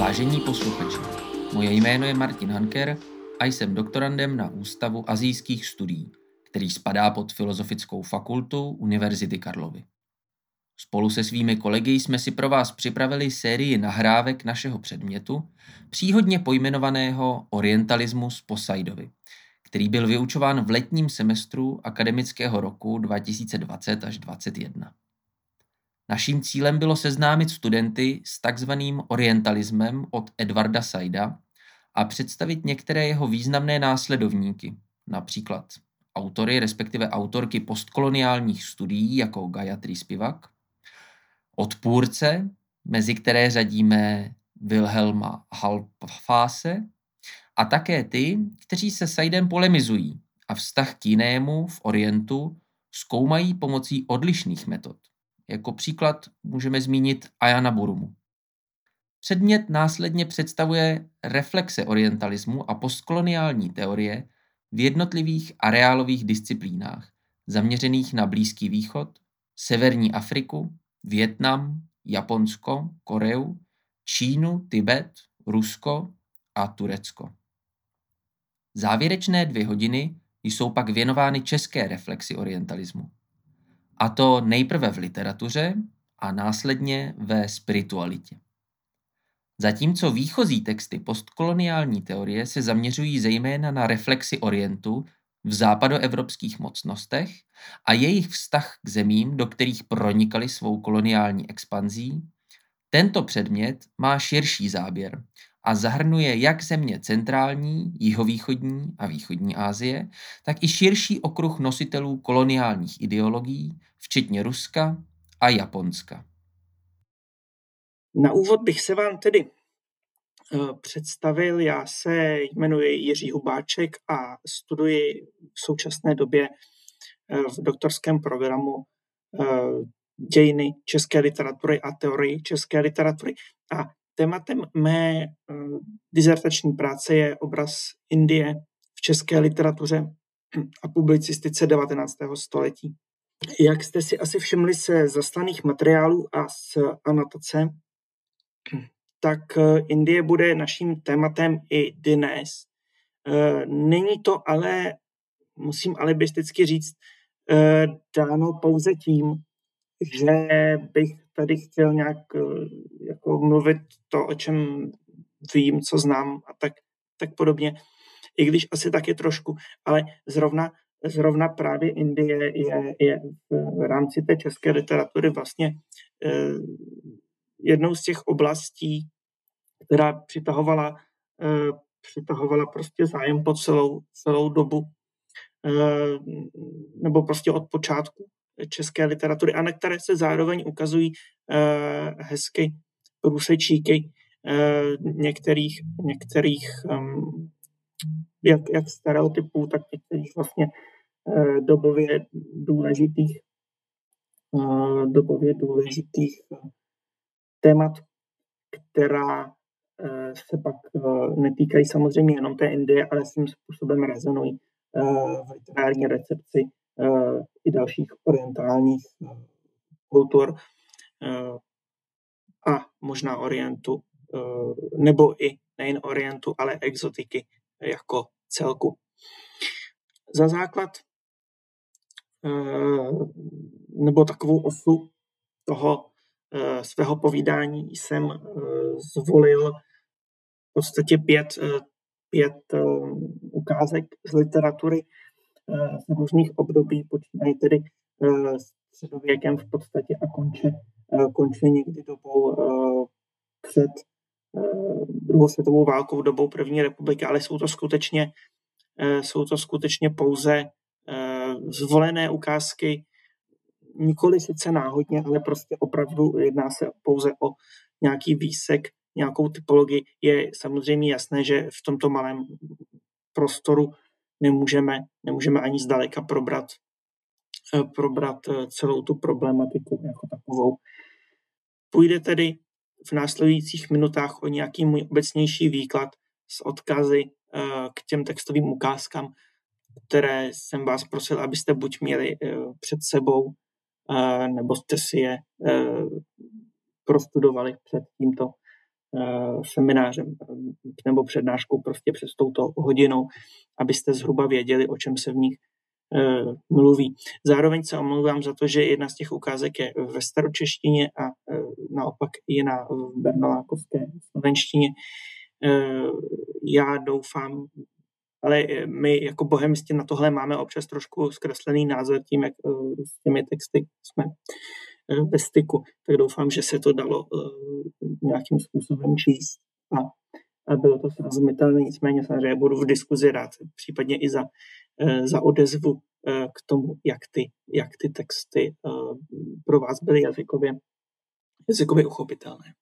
Vážení posluchači, moje jméno je Martin Hanker a jsem doktorandem na Ústavu asijských studií, který spadá pod Filozofickou fakultu Univerzity Karlovy. Spolu se svými kolegy jsme si pro vás připravili sérii nahrávek našeho předmětu, příhodně pojmenovaného Orientalismus po Saidovi, který byl vyučován v letním semestru akademického roku 2020 až 2021. Naším cílem bylo seznámit studenty s takzvaným orientalismem od Edwarda Saida a představit některé jeho významné následovníky, například autory, respektive autorky postkoloniálních studií jako Gayatri Spivak, odpůrce, mezi které řadíme Wilhelma Halfase, a také ty, kteří se Saidem polemizují a vztah k jinému v Orientu zkoumají pomocí odlišných metod. Jako příklad můžeme zmínit Ayana Burumu. Předmět následně představuje reflexe orientalismu a postkoloniální teorie v jednotlivých areálových disciplínách, zaměřených na Blízký východ, Severní Afriku, Vietnam, Japonsko, Koreu, Čínu, Tibet, Rusko a Turecko. Závěrečné 2 hodiny jsou pak věnovány české reflexi orientalismu. A to nejprve v literatuře a následně ve spiritualitě. Zatímco výchozí texty postkoloniální teorie se zaměřují zejména na reflexi Orientu v západoevropských mocnostech a jejich vztah k zemím, do kterých pronikali svou koloniální expanzí, tento předmět má širší záběr a zahrnuje jak země centrální, jihovýchodní a východní Asie, tak i širší okruh nositelů koloniálních ideologií, včetně Ruska a Japonska. Na úvod bych se vám tedy představil. Já se jmenuji Jiří Hubáček a studuji v současné době v doktorském programu dějiny české literatury a teorii české literatury. A tématem mé dizertační práce je obraz Indie v české literatuře a publicistice 19. století. Jak jste si asi všimli ze zaslaných materiálů a z anotace, tak Indie bude naším tématem i dnes. Není to ale, musím alibisticky říct, dáno pouze tím, že bych tady chtěl nějak jako mluvit to, o čem vím, co znám a tak podobně, i když asi taky trošku, ale zrovna právě Indie je v rámci té české literatury vlastně jednou z těch oblastí, která přitahovala prostě zájem po celou dobu, nebo prostě od počátku české literatury, a na které se zároveň ukazují hezky průsečíky některých jak stereotypů, tak některých vlastně dobově důležitých témat, která se pak netýkají samozřejmě jenom té Indie, ale svým způsobem rezonují v literární recepci i dalších orientálních kultur a možná Orientu, nebo i nejen Orientu, ale exotiky jako celku. Za základ nebo takovou osu toho svého povídání jsem zvolil v podstatě 5 ukázek z literatury z různých období, počínají tedy středověkem v podstatě a konče někdy dobou před druhou světovou válkou, dobou první republiky, ale jsou to skutečně pouze zvolené ukázky, nikoli sice náhodně, ale prostě opravdu jedná se pouze o nějaký výsek, nějakou typologii. Je samozřejmě jasné, že v tomto malém prostoru nemůžeme ani zdaleka probrat celou tu problematiku jako takovou. Půjde tedy v následujících minutách o nějaký můj obecnější výklad s odkazy k těm textovým ukázkám, které jsem vás prosil, abyste buď měli před sebou, nebo jste si je prostudovali před tímto seminářem nebo přednáškou prostě přes touto hodinou, abyste zhruba věděli, o čem se v nich mluví. Zároveň se omlouvám za to, že jedna z těch ukázek je ve staročeštině a naopak jiná v bernolákovské slovenštině. Já doufám, ale my jako bohemisti na tohle máme občas trošku zkreslený názor tím, jak s těmi texty jsme ve styku, tak doufám, že se to dalo nějakým způsobem číst a bylo to srozumitelné. Nicméně samozřejmě budu v diskuzi rád, případně i za odezvu k tomu, jak ty texty pro vás byly jazykově uchopitelné.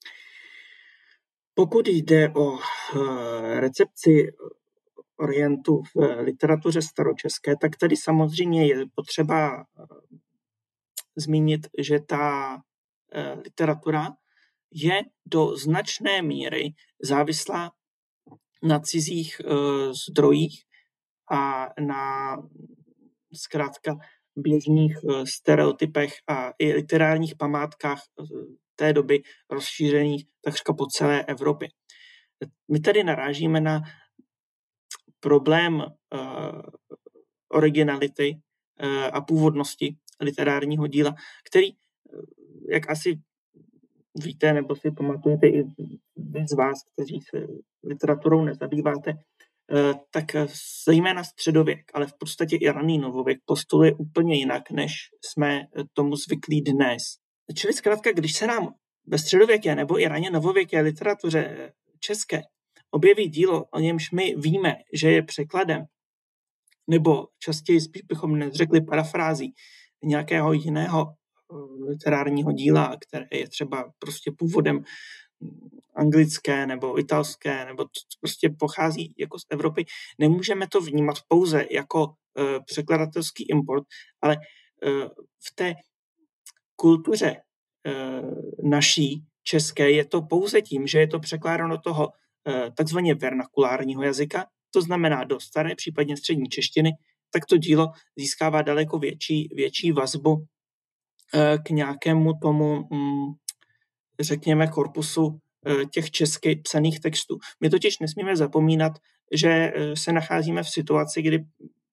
Pokud jde o recepci Orientu v literatuře staročeské, tak tady samozřejmě je potřeba zmínit, že ta literatura je do značné míry závislá na cizích zdrojích a na zkrátka běžných stereotypech a i literárních památkách té doby rozšířených takřka po celé Evropě. My tady narážíme na problém originality a původnosti literárního díla, který, jak asi víte nebo si pamatujete i z vás, kteří se literaturou nezabýváte, tak zejména středověk, ale v podstatě i raný novověk postuluje úplně jinak, než jsme tomu zvyklí dnes. Čili zkrátka, když se nám ve středověké nebo i raně novověké literatuře české objeví dílo, o němž my víme, že je překladem, nebo častěji spíš bychom neřekli parafrází nějakého jiného literárního díla, které je třeba prostě původem anglické nebo italské, nebo prostě pochází jako z Evropy, nemůžeme to vnímat pouze jako překladatelský import, ale v té kultuře naší české je to pouze tím, že je to překládáno do toho takzvaně vernakulárního jazyka, to znamená do staré, případně střední češtiny, tak to dílo získává daleko větší vazbu k nějakému tomu, řekněme, korpusu těch česky psaných textů. My totiž nesmíme zapomínat, že se nacházíme v situaci, kdy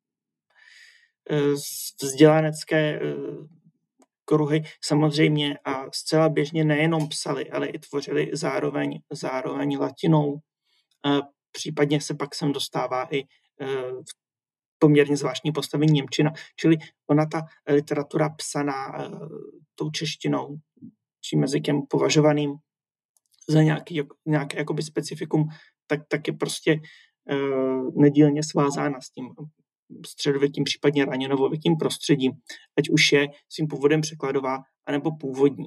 vzdělanecké kruhy samozřejmě a zcela běžně nejenom psali, ale i tvořili zároveň latinou. Případně se pak sem dostává i poměrně zvláštní postavení němčina, čili ona ta literatura psaná tou češtinou, čím jazykem považovaným za nějaké jakoby specifikum, tak je prostě nedílně svázána s tím středověkým, případně raně novověkým prostředím, ať už je svým původem překladová, anebo původní.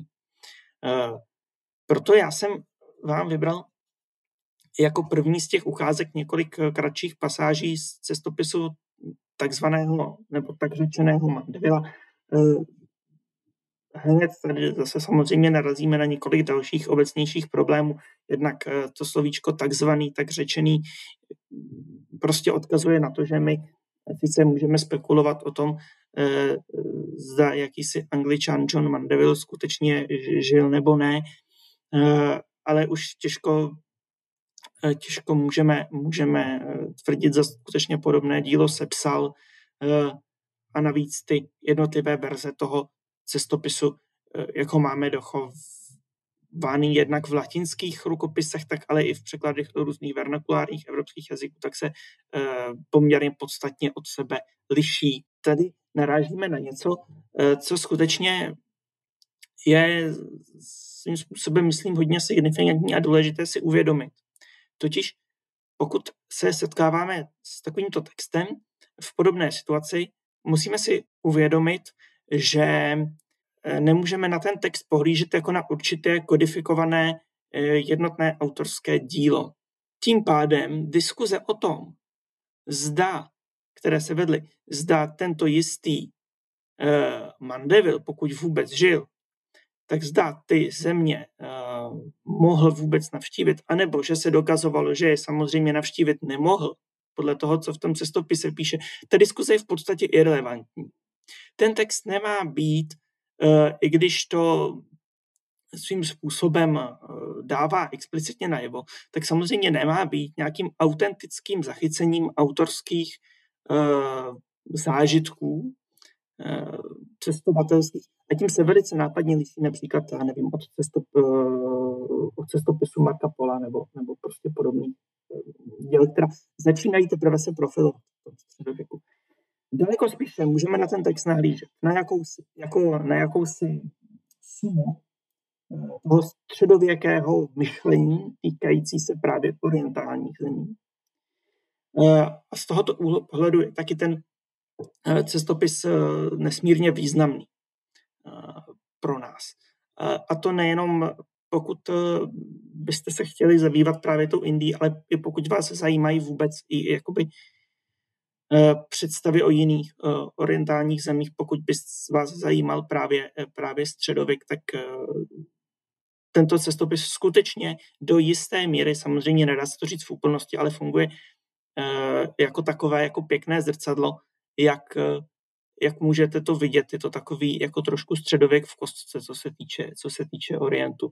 Proto já jsem vám vybral jako první z těch ukázek několik kratších pasáží z cestopisu takzvaného nebo tak řečeného Mandevilla. Hned tady zase samozřejmě narazíme na několik dalších obecnějších problémů. Jednak to slovíčko takzvaný, tak řečený prostě odkazuje na to, že my sice můžeme spekulovat o tom, zda jakýsi Angličan John Mandeville skutečně žil nebo ne, ale už těžko můžeme tvrdit, za skutečně podobné dílo sepsal a navíc ty jednotlivé verze toho cestopisu, jako máme dochovaný jednak v latinských rukopisech, tak ale i v překladech do různých vernakulárních evropských jazyků, tak se poměrně podstatně od sebe liší. Tady narážíme na něco, co skutečně je svým způsobem, myslím, hodně signifikantní a důležité si uvědomit. Totiž pokud se setkáváme s takovýmto textem v podobné situaci, musíme si uvědomit, že nemůžeme na ten text pohlížet jako na určité kodifikované jednotné autorské dílo. Tím pádem diskuze o tom, které se vedly, zda tento jistý Mandeville, pokud vůbec žil, tak zda ty země mohl vůbec navštívit, anebo že se dokazovalo, že je samozřejmě navštívit nemohl, podle toho, co v tom cestopise píše, ta diskuze je v podstatě irelevantní. Ten text nemá být, i když to svým způsobem dává explicitně najevo, tak samozřejmě nemá být nějakým autentickým zachycením autorských zážitků cestovatelských. A tím se velice nápadně liší například, já nevím, od cestopisu Marca Pola nebo prostě podobných děl, která začínají teprve se profilovat v středověku. Daleko spíše můžeme na ten text nahlížet na jakousi sumu toho středověkého myšlení týkající se právě orientálních zemí. A z tohoto úhlu pohledu je taky ten cestopis nesmírně významný pro nás. A to nejenom pokud byste se chtěli zabývat právě tou Indií, ale i pokud vás zajímají vůbec i jakoby představy o jiných orientálních zemích, pokud by vás zajímal právě středověk, tak tento cestopis skutečně do jisté míry, samozřejmě nedá se to říct v úplnosti, ale funguje jako takové, jako pěkné zrcadlo, jak můžete to vidět. Je to takový jako trošku středověk v kostce, co se týče Orientu.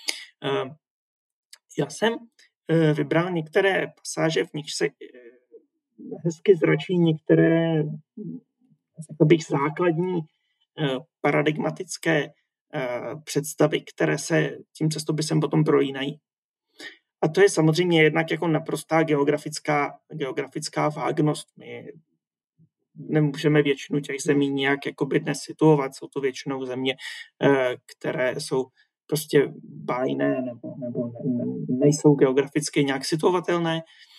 Já jsem vybral některé pasáže, v nich se hezky zračí některé základní paradigmatické představy, které se tím cestopisem potom prolínají. A to je samozřejmě jednak jako naprostá geografická vágnost. My nemůžeme většinu těch zemí nějak jakoby dnes situovat. Jsou to většinou země, které jsou prostě bájné nebo nejsou geograficky nějak situovatelné.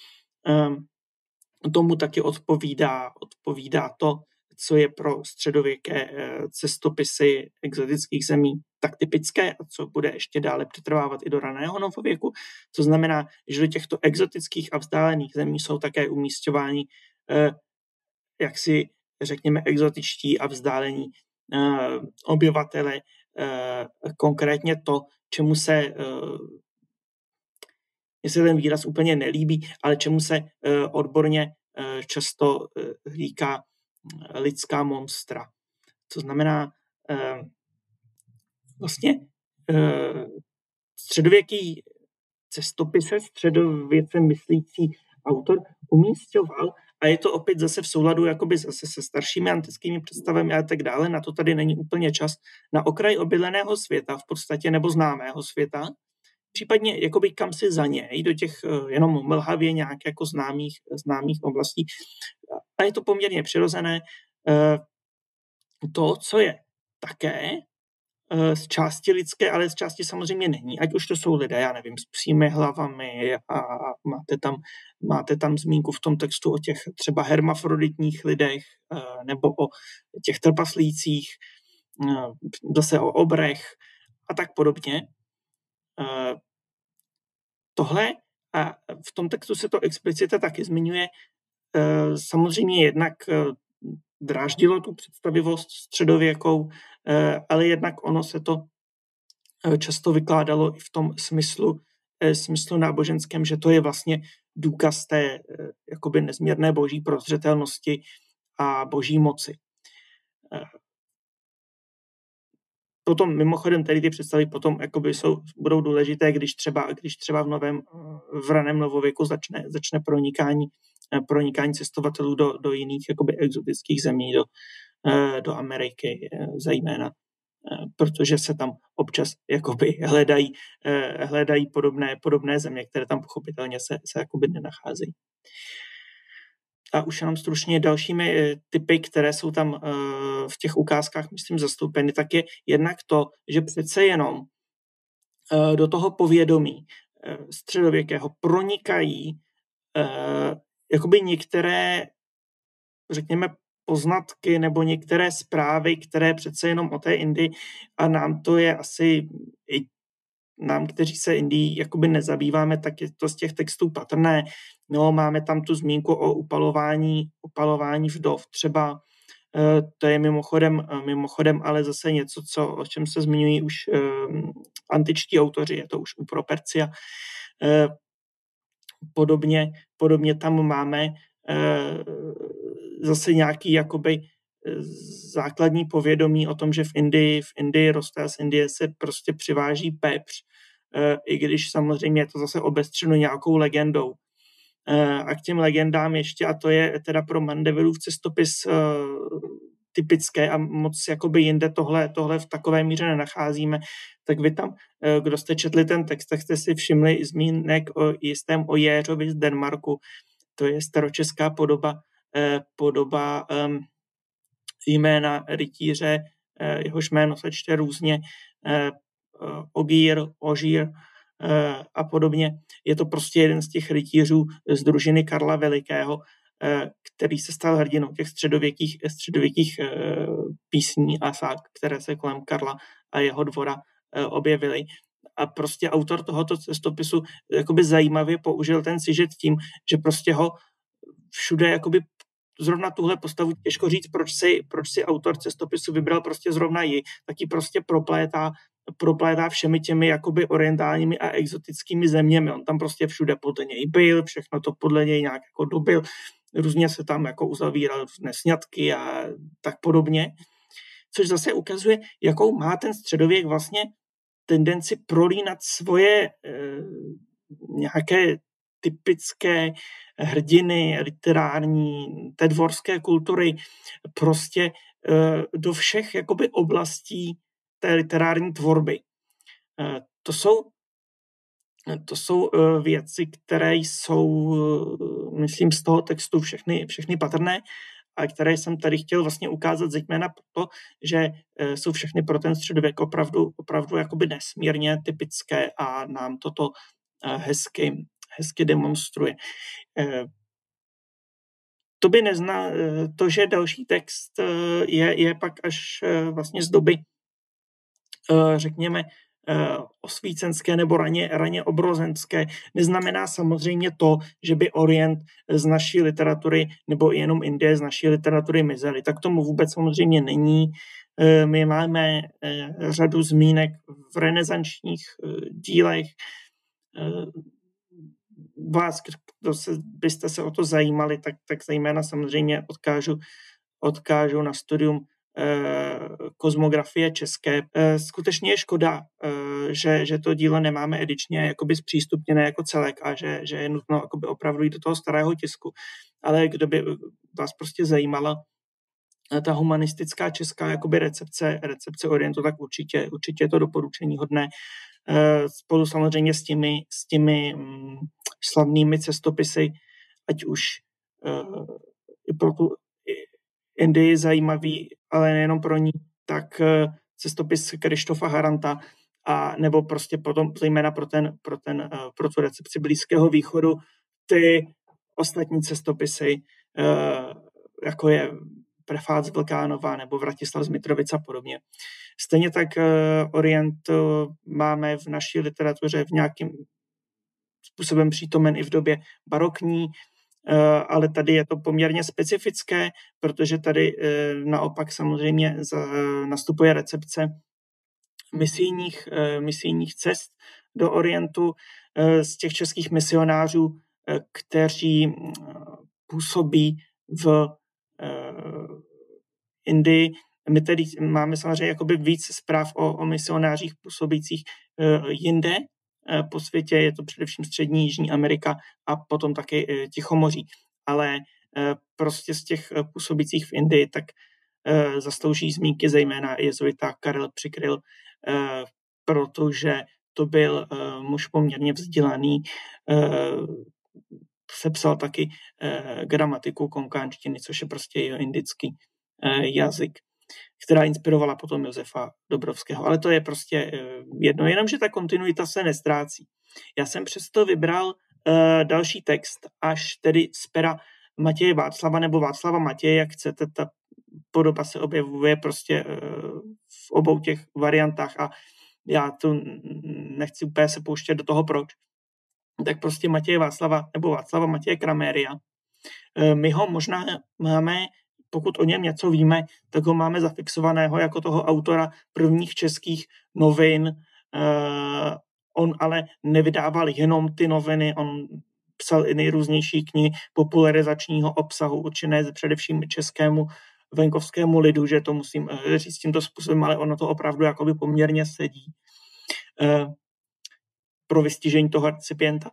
Tomu taky odpovídá to, co je pro středověké cestopisy exotických zemí tak typické a co bude ještě dále přetrvávat i do raného novověku. To znamená, že do těchto exotických a vzdálených zemí jsou také umísťováni jaksi řekněme exotičtí a vzdálení obyvatele, konkrétně to, čemu se jestli ten výraz úplně nelíbí, ale čemu se odborně často říká lidská monstra. To znamená vlastně středověký cestopise, středověce myslící autor umísťoval, a je to opět zase v souladu jakoby zase se staršími antickými představami a tak dále, na to tady není úplně čas, na okraj obydleného světa v podstatě nebo známého světa, případně jakoby kam si za něj, do těch jenom mlhavě nějak jako známých oblastí. A je to poměrně přirozené. To, co je také z části lidské, ale z části samozřejmě není. Ať už to jsou lidé, já nevím, s psími hlavami a máte tam zmínku v tom textu o těch třeba hermafroditních lidech nebo o těch trpaslících, zase o obrech a tak podobně. Tohle, a v tom textu se to explicitně taky zmiňuje, samozřejmě jednak dráždilo tu představivost středověkou, ale jednak ono se to často vykládalo i v tom smyslu náboženském, že to je vlastně důkaz té jakoby nezměrné boží prozřetelnosti a boží moci. Potom mimochodem tady ty představy potom jakoby budou důležité, když třeba v raném novověku začne pronikání cestovatelů do jiných jakoby exotických zemí, do Ameriky zejména, protože se tam občas jakoby hledají podobné země, které tam pochopitelně se jakoby nenacházejí. A už jenom stručně dalšími typy, které jsou tam v těch ukázkách, myslím, zastoupeny, tak je jednak to, že přece jenom do toho povědomí středověkého pronikají jakoby některé, řekněme, poznatky nebo některé zprávy, které přece jenom o té Indii, a nám to je asi i nám, kteří se Indií jakoby nezabýváme, tak je to z těch textů patrné. No, máme tam tu zmínku o upalování vdov třeba. To je mimochodem ale zase něco, o čem se zmiňují už antičtí autoři, je to už u Propercia. Podobně tam máme zase nějaký jakoby základní povědomí o tom, že v Indii roste a z Indie se prostě přiváží pepř, i když samozřejmě je to zase obestřeno nějakou legendou. A k těm legendám ještě, a to je teda pro Mandevilův cestopis typické a moc jakoby jinde tohle v takové míře nenacházíme, tak vy tam, kdo jste četli ten text, tak jste si všimli zmínek o jistém Ojeřovi z Denmarku. To je staročeská podoba jména rytíře, jehož jméno se čte různě, Ožír a podobně. Je to prostě jeden z těch rytířů z družiny Karla Velikého, který se stal hrdinou těch středověkých písní a sák, které se kolem Karla a jeho dvora objevily. A prostě autor tohoto cestopisu jakoby zajímavě použil ten sižet tím, že prostě ho všude jakoby zrovna tuhle postavu, těžko říct, proč si autor cestopisu vybral prostě zrovna ji, taky prostě proplétá všemi těmi jakoby orientálními a exotickými zeměmi. On tam prostě všude podle něj byl, všechno to podle něj nějak jako dobil, různě se tam jako uzavíral různé sňatky a tak podobně, což zase ukazuje, jakou má ten středověk vlastně tendenci prolínat svoje nějaké typické hrdiny literární, té dvorské kultury prostě do všech jakoby oblastí té literární tvorby. To jsou věci, které jsou, myslím, z toho textu všechny patrné a které jsem tady chtěl vlastně ukázat zejména proto, že jsou všechny pro ten středověk opravdu jakoby nesmírně typické a nám toto hezky demonstruje. To by to, že další text je pak až vlastně z doby, řekněme, osvícenské nebo raně obrozenské, neznamená samozřejmě to, že by Orient z naší literatury nebo jenom Indie z naší literatury mizely. Tak tomu vůbec samozřejmě není. My máme řadu zmínek v renesančních dílech. Vás, byste se o to zajímali, tak zejména samozřejmě odkážu na studium kozmografie české. Skutečně je škoda, že to dílo nemáme edičně jakoby zpřístupněné jako celek a že je nutno jakoby opravdu jít do toho starého tisku. Ale kdo by vás prostě zajímala ta humanistická česká jakoby recepce Orientu, tak určitě je to doporučení hodné. Spolu samozřejmě s těmi slavnými cestopisy, ať už i pro tu Indii zajímavý, ale nejenom pro ní, tak cestopis Krištofa Haranta a nebo prostě potom zejména pro tu recepci Blízkého východu ty ostatní cestopisy, jako je Prefát z Vlkánova nebo Vratislav z Mitrovic a podobně. Stejně tak Orient máme v naší literatuře v nějakým způsobem přítomen i v době barokní, ale tady je to poměrně specifické, protože tady naopak samozřejmě nastupuje recepce misijních cest do Orientu z těch českých misionářů, kteří působí v Indii. My tedy máme samozřejmě jakoby víc zpráv o misionářích působících jinde po světě, je to především střední Jižní Amerika a potom taky Tichomoří. Ale prostě z těch působících v Indii tak zaslouží zmínky zejména jezuita Karel Přikryl, protože to byl muž poměrně vzdělaný, sepsal taky gramatiku konkánštiny, což je prostě jeho indický jazyk, která inspirovala potom Josefa Dobrovského. Ale to je prostě jedno, jenomže ta kontinuita se nestrácí. Já jsem přesto vybral další text, až tedy z pera Matěje Václava nebo Václava Matěje, jak chcete, ta podoba se objevuje prostě v obou těch variantách a já tu nechci úplně se pouštět do toho proč. Tak prostě Matěje Václava nebo Václava Matěje Kraméria. My ho možná máme, pokud o něm něco víme, tak ho máme zafixovaného jako toho autora prvních českých novin. On ale nevydával jenom ty noviny, on psal i nejrůznější knihy popularizačního obsahu, určené především českému venkovskému lidu, že to musím říct tímto způsobem, ale ono to opravdu jakoby poměrně sedí pro vystižení toho recipienta,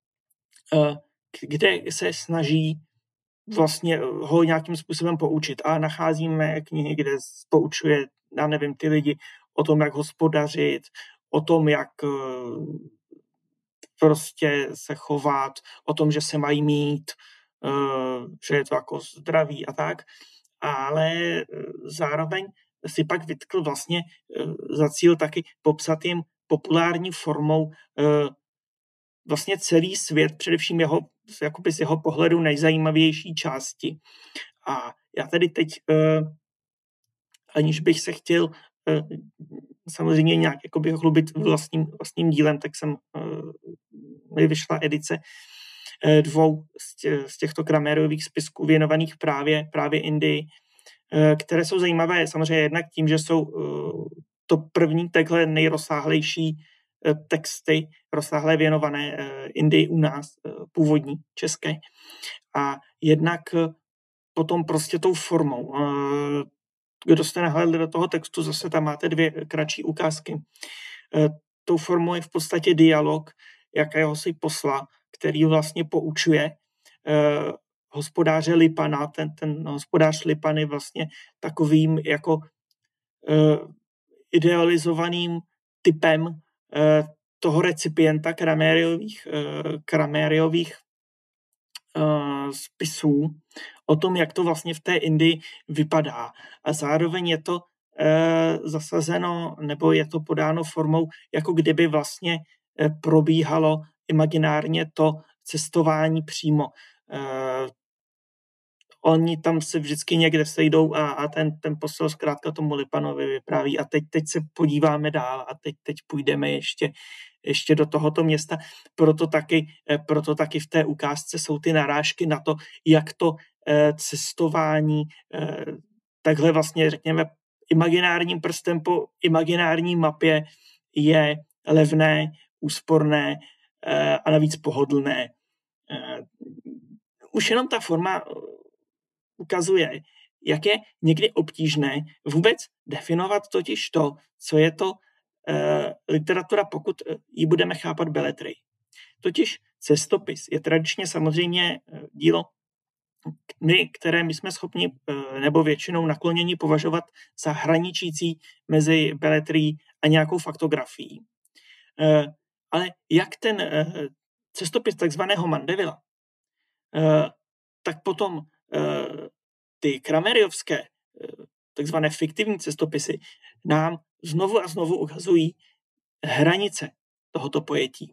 kde se snaží vlastně ho nějakým způsobem poučit. A nacházíme knihy, kde poučuje, já nevím, ty lidi o tom, jak hospodařit, o tom, jak prostě se chovat, o tom, že se mají mít, že je to jako zdraví a tak. Ale zároveň si pak vytkl vlastně za cíl taky popsat jim populární formou vlastně celý svět, především jakoby z jeho pohledu nejzajímavější části. A já tady teď, aniž bych se chtěl samozřejmě nějak jakoby hlubit vlastním dílem, tak mi vyšla edice 2 z těchto Kramérových spisků věnovaných právě Indii, které jsou zajímavé samozřejmě jednak tím, že jsou to první takhle nejrozsáhlejší texty rozsáhlé věnované Indii u nás, původní české. A jednak potom prostě tou formou. Kdo jste nahlédli do toho textu, zase tam máte 2 kratší ukázky. Tou formou je v podstatě dialog jakéhosi posla, který vlastně poučuje hospodáře Lipana. Ten hospodář Lipan je vlastně takovým jako idealizovaným typem toho recipienta Kramériových spisů o tom, jak to vlastně v té Indii vypadá. A zároveň je to zasazeno, nebo je to podáno formou, jako kdyby vlastně probíhalo imaginárně to cestování přímo. Oni tam se vždycky někde sejdou a ten posel zkrátka tomu Lipanovi vypráví a teď se podíváme dál a teď půjdeme ještě do tohoto města. Proto taky v té ukázce jsou ty narážky na to, jak to cestování takhle vlastně řekněme imaginárním prstem po imaginární mapě je levné, úsporné a navíc pohodlné. Už jenom ta forma ukazuje, jak je někdy obtížné vůbec definovat totiž to, co je to literatura, pokud ji budeme chápat beletrii. Totiž cestopis je tradičně samozřejmě dílo, které my jsme schopni nebo většinou nakloněni považovat za hraničící mezi beletrií a nějakou faktografií. Ale jak ten cestopis takzvaného Mandevilla, tak potom ty kramériovské takzvané fiktivní cestopisy nám znovu a znovu ukazují hranice tohoto pojetí.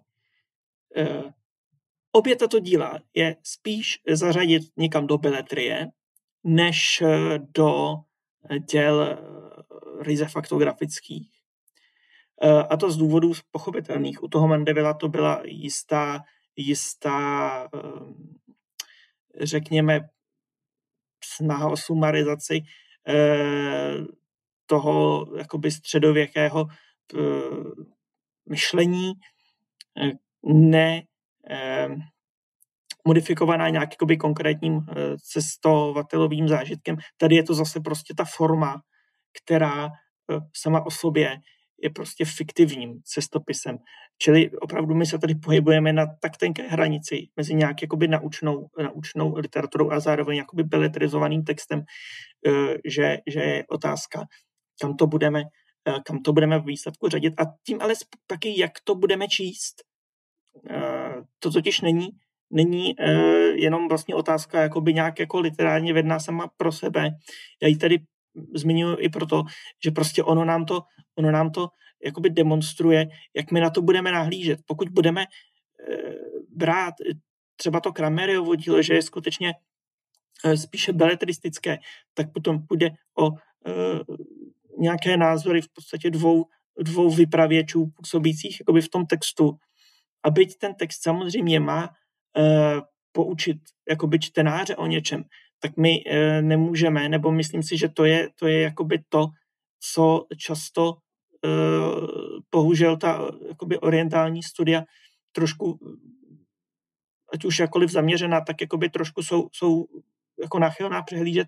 Obě tato díla je spíš zařadit někam do beletrie, než do děl ryze faktografických. A to z důvodů pochopitelných. U toho Mandevilla to byla jistá řekněme, snaha o sumarizaci toho jakoby středověkého myšlení, ne modifikovaná nějak jakoby konkrétním cestovatelovým zážitkem. Tady je to zase prostě ta forma, která sama o sobě je prostě fiktivním cestopisem. Čili opravdu my se tady pohybujeme na tak tenké hranici mezi nějak jakoby naučnou literaturou a zároveň jakoby beletrizovaným textem, že je otázka, kam to budeme v výsledku řadit a tím ale taky, jak to budeme číst. To totiž není jenom vlastně otázka jakoby nějak jako literárně vedná sama pro sebe. Já ji tady zmiňuji i proto, že prostě ono nám to jakoby demonstruje, jak my na to budeme nahlížet. Pokud budeme brát třeba to Kramériovo dílo, že je skutečně spíše beletristické, tak potom půjde o nějaké názory v podstatě dvou vypravěčů působících jakoby v tom textu. A byť ten text samozřejmě má poučit jakoby čtenáře o něčem, tak my nemůžeme, nebo myslím si, že to je jakoby to, co často bohužel ta jakoby orientální studia trošku, ať už jakkoliv zaměřená, tak jakoby trošku jsou jako náchylná přehlížet,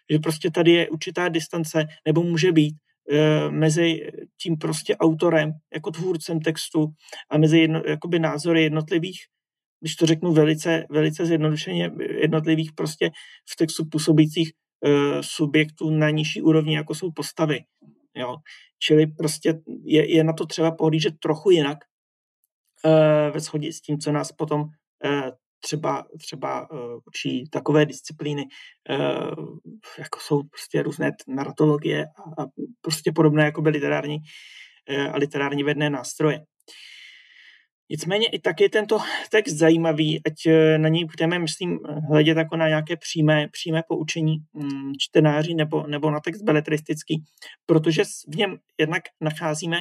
že prostě tady je určitá distance, nebo může být mezi tím prostě autorem, jako tvůrcem textu a mezi jakoby názory jednotlivých, když to řeknu velice, velice zjednodušeně, jednotlivých prostě v textu působících subjektů na nižší úrovni, jako jsou postavy. Jo. Čili prostě je na to třeba pohlížet trochu jinak ve shodě s tím, co nás potom třeba učí takové disciplíny, jako jsou prostě různé narratologie a prostě podobné jako by literární vedné nástroje. Nicméně i tak je tento text zajímavý, ať na něj budeme, myslím, hledět jako na nějaké přímé poučení čtenáři nebo na text beletristický, protože v něm jednak nacházíme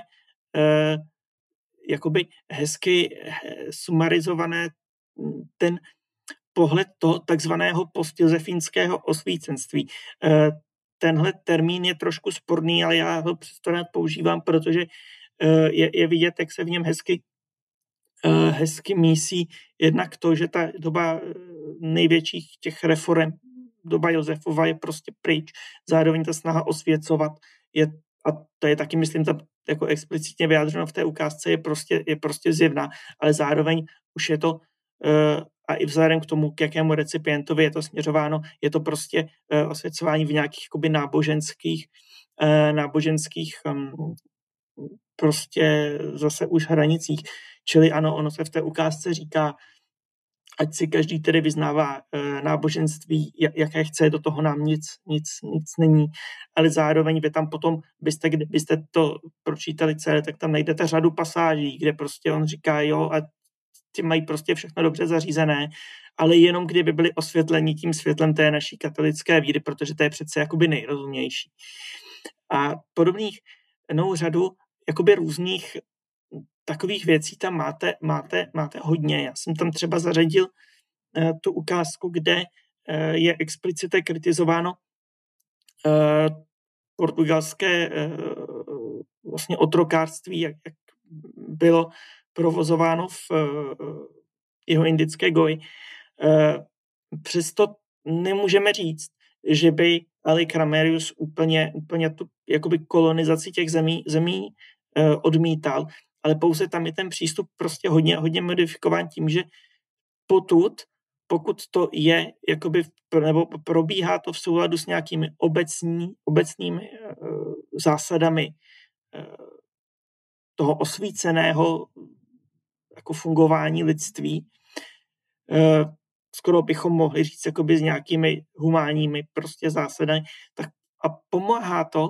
jakoby hezky sumarizované ten pohled toho takzvaného postjosefínského osvícenství. Tenhle termín je trošku sporný, ale já ho přesto rád používám, protože je vidět, jak se v něm hezky mísí jednak to, že ta doba největších těch reforem, doba Josefova je prostě pryč. Zároveň ta snaha osvěcovat a to je taky, myslím, jako explicitně vyjádřeno v té ukázce, je prostě zjevná, ale zároveň už je to a i vzhledem k tomu, k jakému recipientovi je to směřováno, je to prostě osvěcování v nějakých jakoby náboženských prostě zase už hranicích. Čili ano, ono se v té ukázce říká, ať si každý tedy vyznává náboženství, jaké chce, do toho nám nic není, ale zároveň vy tam potom, kdybyste to pročítali celé, tak tam najdete řadu pasáží, kde prostě on říká, jo, a ty mají prostě všechno dobře zařízené, ale jenom kdyby byli osvětleni tím světlem té naší katolické víry, protože to je přece jakoby nejrozumější. A podobných řadu jakoby různých takových věcí tam máte hodně. Já jsem tam třeba zařadil tu ukázku, kde je explicitně kritizováno portugalské vlastně otrokářství, jak bylo provozováno v jeho indické Goji. Přesto nemůžeme říct, že by Ali Kramerius úplně tu jakoby kolonizaci těch zemí odmítal, ale pouze tam je ten přístup prostě hodně modifikován tím, že pokud to je jakoby, nebo probíhá to v souladu s nějakými obecnými zásadami toho osvíceného jako fungování lidství, skoro bychom mohli říct jakoby s nějakými humánními prostě zásadami, tak a pomáhá to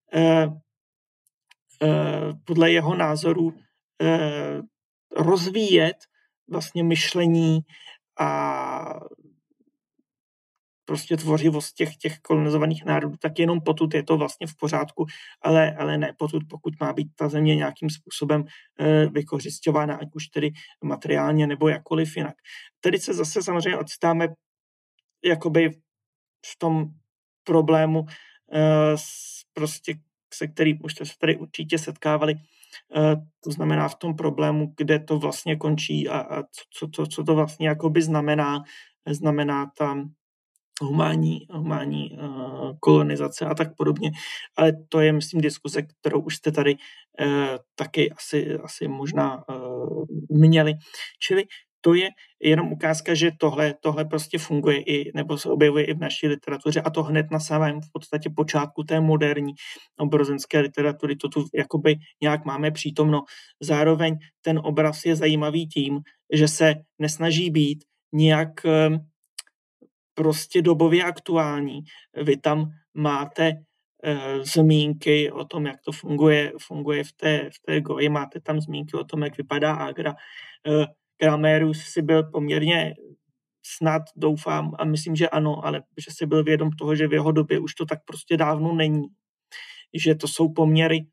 podle jeho názoru rozvíjet vlastně myšlení a prostě tvořivost těch kolonizovaných národů, tak jenom potud je to vlastně v pořádku, ale ne potud, pokud má být ta země nějakým způsobem vykořisťována, ať už tedy materiálně nebo jakkoliv jinak. Tady se zase samozřejmě ocitáme jakoby v tom problému prostě se kterým už jste se tady určitě setkávali, to znamená v tom problému, kde to vlastně končí a co to vlastně jakoby znamená ta humánní kolonizace a tak podobně. Ale to je, myslím, diskuze, kterou už jste tady taky asi možná měli. Čili to je jenom ukázka, že tohle prostě funguje nebo se objevuje i v naší literatuře a to hned na samém v podstatě počátku té moderní obrozenské literatury. To tu jakoby nějak máme přítomno. Zároveň ten obraz je zajímavý tím, že se nesnaží být nějak prostě dobově aktuální. Vy tam máte zmínky o tom, jak to funguje v té Goji, máte tam zmínky o tom, jak vypadá Agra. Kramerius si byl poměrně snad, doufám, a myslím, že ano, ale že si byl vědom toho, že v jeho době už to tak prostě dávno není. Že to jsou poměry,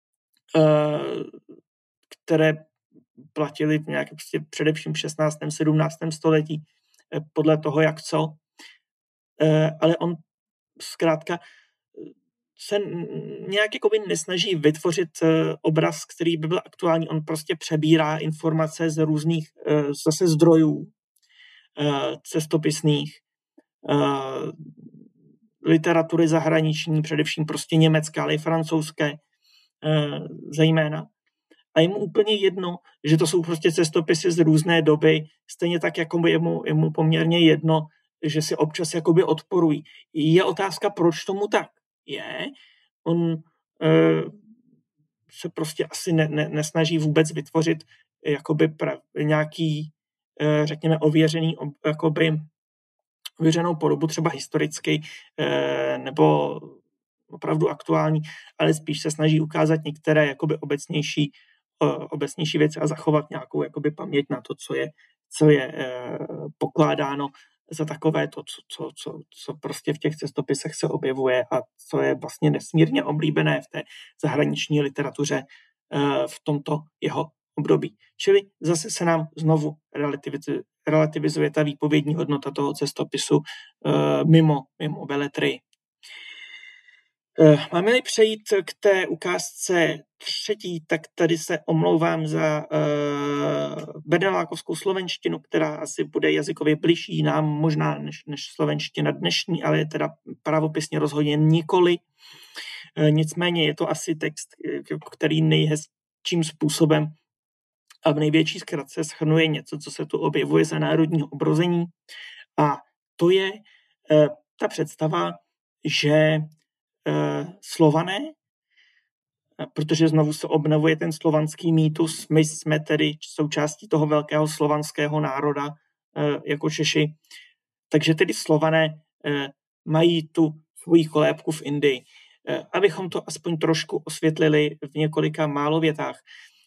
které platily nějak prostě především v 16. 17. století podle toho, jak co. Ale on zkrátka se nějak jakoby nesnaží vytvořit obraz, který by byl aktuální. On prostě přebírá informace z různých zase zdrojů cestopisných, literatury zahraniční, především prostě německé, ale i francouzské zejména. A je mu úplně jedno, že to jsou prostě cestopisy z různé doby, stejně tak, jako je mu poměrně jedno, že si občas jakoby odporují. Je otázka, proč tomu tak je. On se prostě asi nesnaží vůbec vytvořit jakoby nějaký, řekněme, ověřenou podobu, třeba historicky, nebo opravdu aktuální, ale spíš se snaží ukázat některé jakoby obecnější věci a zachovat nějakou jakoby paměť na to, co je pokládáno za takové to, co prostě v těch cestopisech se objevuje a co je vlastně nesmírně oblíbené v té zahraniční literatuře v tomto jeho období. Čili zase se nám znovu relativizuje ta výpovědní hodnota toho cestopisu mimo beletrii. Máme-li přejít k té ukázce třetí, tak tady se omlouvám za bernelákovskou slovenštinu, která asi bude jazykově bližší nám možná než slovenština dnešní, ale je teda pravopisně rozhodně nikoli. Nicméně je to asi text, který nejhezčím způsobem a v největší zkratce shrnuje něco, co se tu objevuje za národního obrození. A to je ta představa, že Slované, protože znovu se obnovuje ten slovanský mýtus, my jsme tedy součástí toho velkého slovanského národa jako Češi, takže tedy Slované mají tu svoji kolébku v Indii. Abychom to aspoň trošku osvětlili v několika málo větách.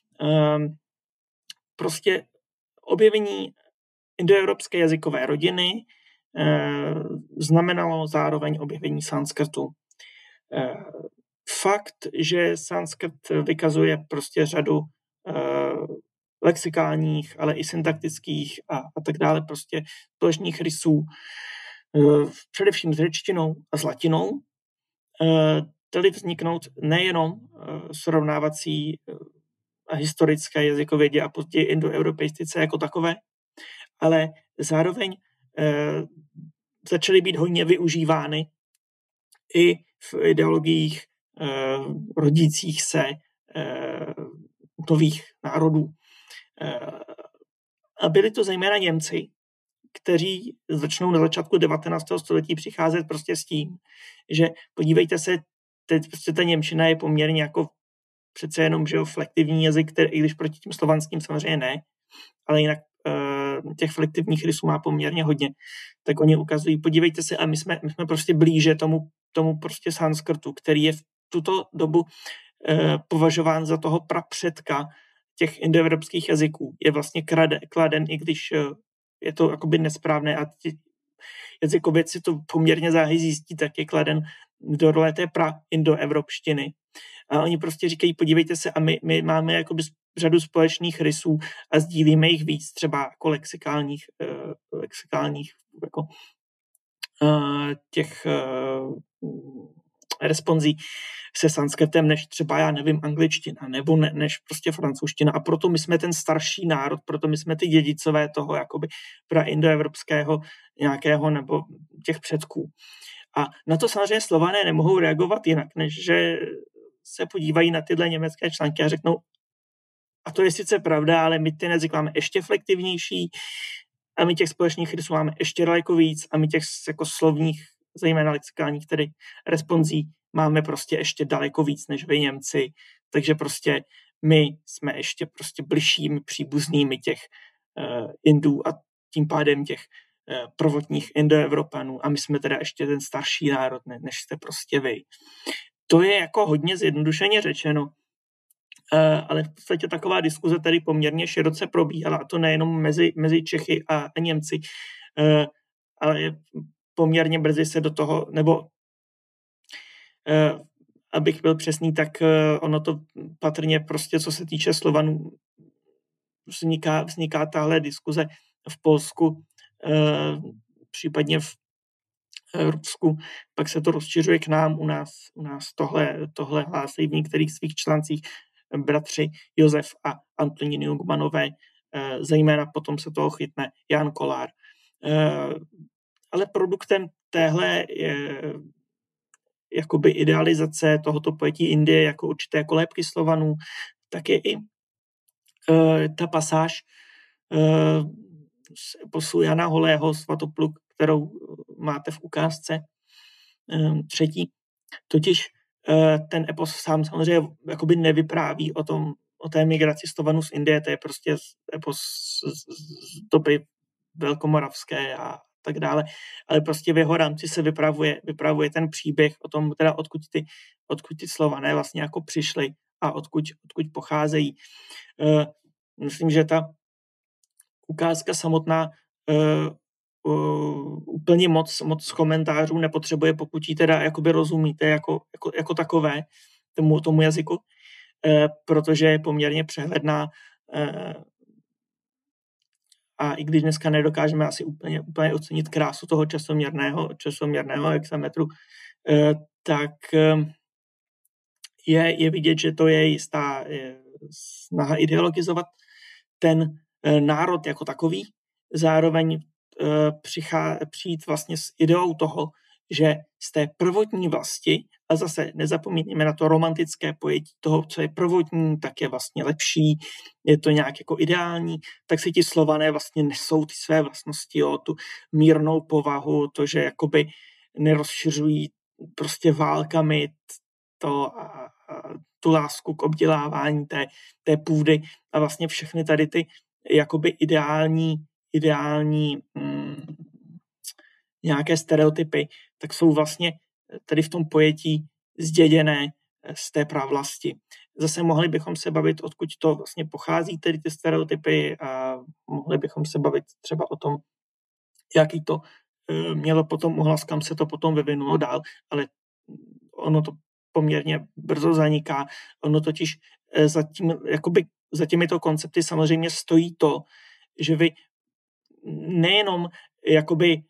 Prostě objevení indoevropské jazykové rodiny znamenalo zároveň objevení sanskrtu. Fakt, že sanskrt vykazuje prostě řadu lexikálních, ale i syntaktických a tak dále prostě společných rysů, především s řečtinou a s latinou, dali vzniknout nejenom srovnávací a historické jazykovědě a později indoeuropeistice jako takové, ale zároveň začaly být hojně využívány i v ideologiích rodících se nových národů. A byli to zejména Němci, kteří začnou na začátku 19. století přicházet prostě s tím, že podívejte se, teď prostě ta němčina je poměrně jako přece jenom, že jo, flektivní jazyk, který, i když proti tím slovanským samozřejmě ne, ale jinak těch flektivních rysů má poměrně hodně, tak oni ukazují, podívejte se, a my jsme prostě blíže tomu prostě sanskrtu, který je v tuto dobu považován za toho prapředka těch indoevropských jazyků. Je vlastně kladen, i když je to jakoby nesprávné a jazykovědci to poměrně záhy zjistí, tak je kladen do role té pra-indoevropštiny. A oni prostě říkají, podívejte se, a my máme jakoby řadu společných rysů a sdílíme jich víc, třeba jako lexikálních jako těch responsí se sanskrtem, než třeba, já nevím, angličtina, nebo než prostě francouzština. A proto my jsme ten starší národ, proto my jsme ty dědicové toho jakoby praindoevropského nějakého nebo těch předků. A na to samozřejmě Slované nemohou reagovat jinak, než že se podívají na tyhle německé články a řeknou, a to je sice pravda, ale my ten jazyk máme ještě flektivnější a my těch společných rysů máme ještě daleko víc a my těch jako slovních, zejména lexikálních, tedy responsí, máme prostě ještě daleko víc než vy Němci, takže prostě my jsme ještě prostě bližšími příbuznými těch Indů a tím pádem těch prvotních Indoevropanů a my jsme teda ještě ten starší národ, než jste prostě vy. To je jako hodně zjednodušeně řečeno, ale v podstatě taková diskuze tady poměrně široce probíhala, a to nejenom mezi Čechy a Němci, ale poměrně brzy se do toho, nebo abych byl přesný, tak ono to patrně prostě, co se týče Slovanů, vzniká tahle diskuze v Polsku, případně v Rusku, pak se to rozšiřuje k nám, u nás tohle hlásají v některých svých článcích bratři Josef a Antonín Jungmanové, zejména potom se toho chytne Jan Kolár. Ale produktem téhle jakoby idealizace tohoto pojetí Indie jako určité kolébky Slovanů, tak je i ta pasáž z eposu Jana Holého Svatopluk, kterou máte v ukázce třetí. Totiž ten epos sám samozřejmě jakoby nevypráví o té migraci Slovanů z Indie, to je prostě epos z doby velkomoravské a tak dále, ale prostě v jeho rámci se vypravuje ten příběh o tom, teda odkud ty Slované vlastně jako přišli a odkud pocházejí. Myslím, že ta ukázka samotná úplně moc komentářů nepotřebuje, pokud ji teda jakoby rozumíte jako takové tomu jazyku, protože je poměrně přehledná a i když dneska nedokážeme asi úplně ocenit krásu toho časoměrného hexametru, tak je vidět, že to je jistá snaha ideologizovat ten národ jako takový, zároveň přijít vlastně s ideou toho, že z té prvotní vlasti, a zase nezapomínáme na to romantické pojetí toho, co je prvotní, tak je vlastně lepší, je to nějak jako ideální, tak si ti Slované vlastně nesou ty své vlastnosti, tu mírnou povahu, to, že jakoby nerozšiřují prostě válkami tu lásku k obdělávání té půdy a vlastně všechny tady ty jakoby ideální nějaké stereotypy, tak jsou vlastně tady v tom pojetí zděděné z té pravlasti. Zase mohli bychom se bavit, odkud to vlastně pochází, tedy ty stereotypy, a mohli bychom se bavit třeba o tom, jaký to mělo potom uhlas, kam se to potom vyvinulo dál, ale ono to poměrně brzo zaniká. Ono totiž za těmito koncepty samozřejmě stojí to, že vy nejenom jakoby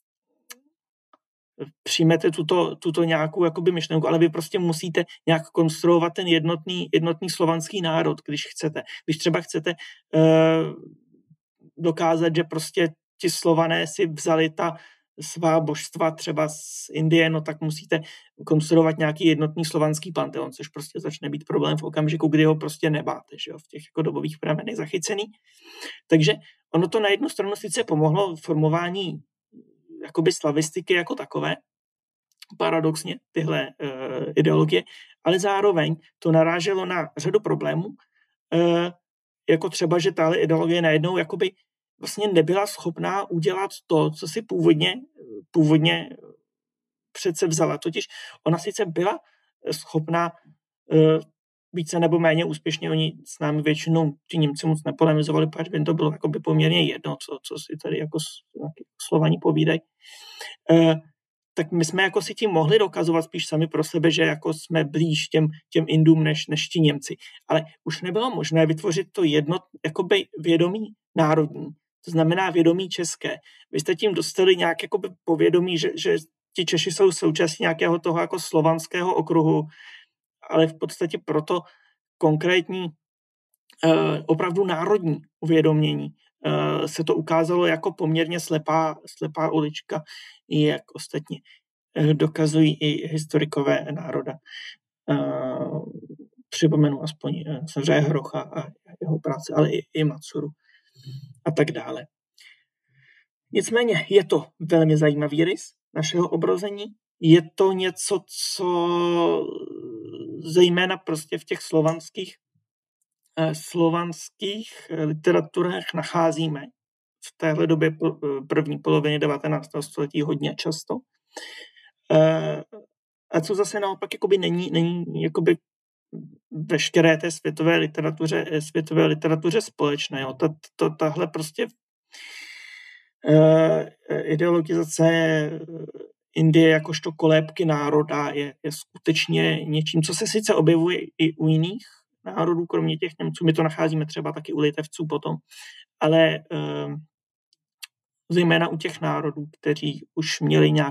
přijmete tuto nějakou jakoby myšlenku, ale vy prostě musíte nějak konstruovat ten jednotný slovanský národ, když třeba chcete dokázat, že prostě ti Slované si vzali ta svá božstva třeba z Indie, no tak musíte konstruovat nějaký jednotný slovanský panteon, což prostě začne být problém v okamžiku, kdy ho prostě nebáte, že jo, v těch jako dobových pramenech zachycený. Takže ono to na jednu stranu sice pomohlo formování jakoby slavistiky jako takové, paradoxně tyhle ideologie, ale zároveň to naráželo na řadu problémů, jako třeba, že tahle ideologie najednou jakoby vlastně nebyla schopná udělat to, co si původně přece vzala. Totiž ona sice byla schopná více nebo méně úspěšně, oni s námi většinou ti Němci moc nepolemizovali, protože to bylo jakoby poměrně jedno, co si tady jako Slovani povídají. Tak my jsme jako si tím mohli dokazovat spíš sami pro sebe, že jako jsme blíž těm Indům než ti Němci. Ale už nebylo možné vytvořit to jakoby vědomí národní, to znamená vědomí české. Vy jste tím dostali nějak jakoby povědomí, že ti Češi jsou součástí nějakého toho jako slovanského okruhu, ale v podstatě proto konkrétní opravdu národní uvědomění se to ukázalo jako poměrně slepá ulička, jak ostatně dokazují i historikové národa. Připomenu aspoň samozřejmě Hrocha a jeho práce, ale i Matsuru a tak dále. Nicméně je to velmi zajímavý rys našeho obrození. Je to něco, co zejména prostě v těch slovanských literaturách nacházíme v téhle době první polovině 19. století hodně často. A co zase naopak jakoby není jakoby veškeré té světové literatuře společné. Jo. Tahle prostě ideologizace Indie jakožto kolébky národa je skutečně něčím, co se sice objevuje i u jiných národů, kromě těch Němců. My to nacházíme třeba taky u Litevců potom, ale zejména u těch národů, kteří už měli nějak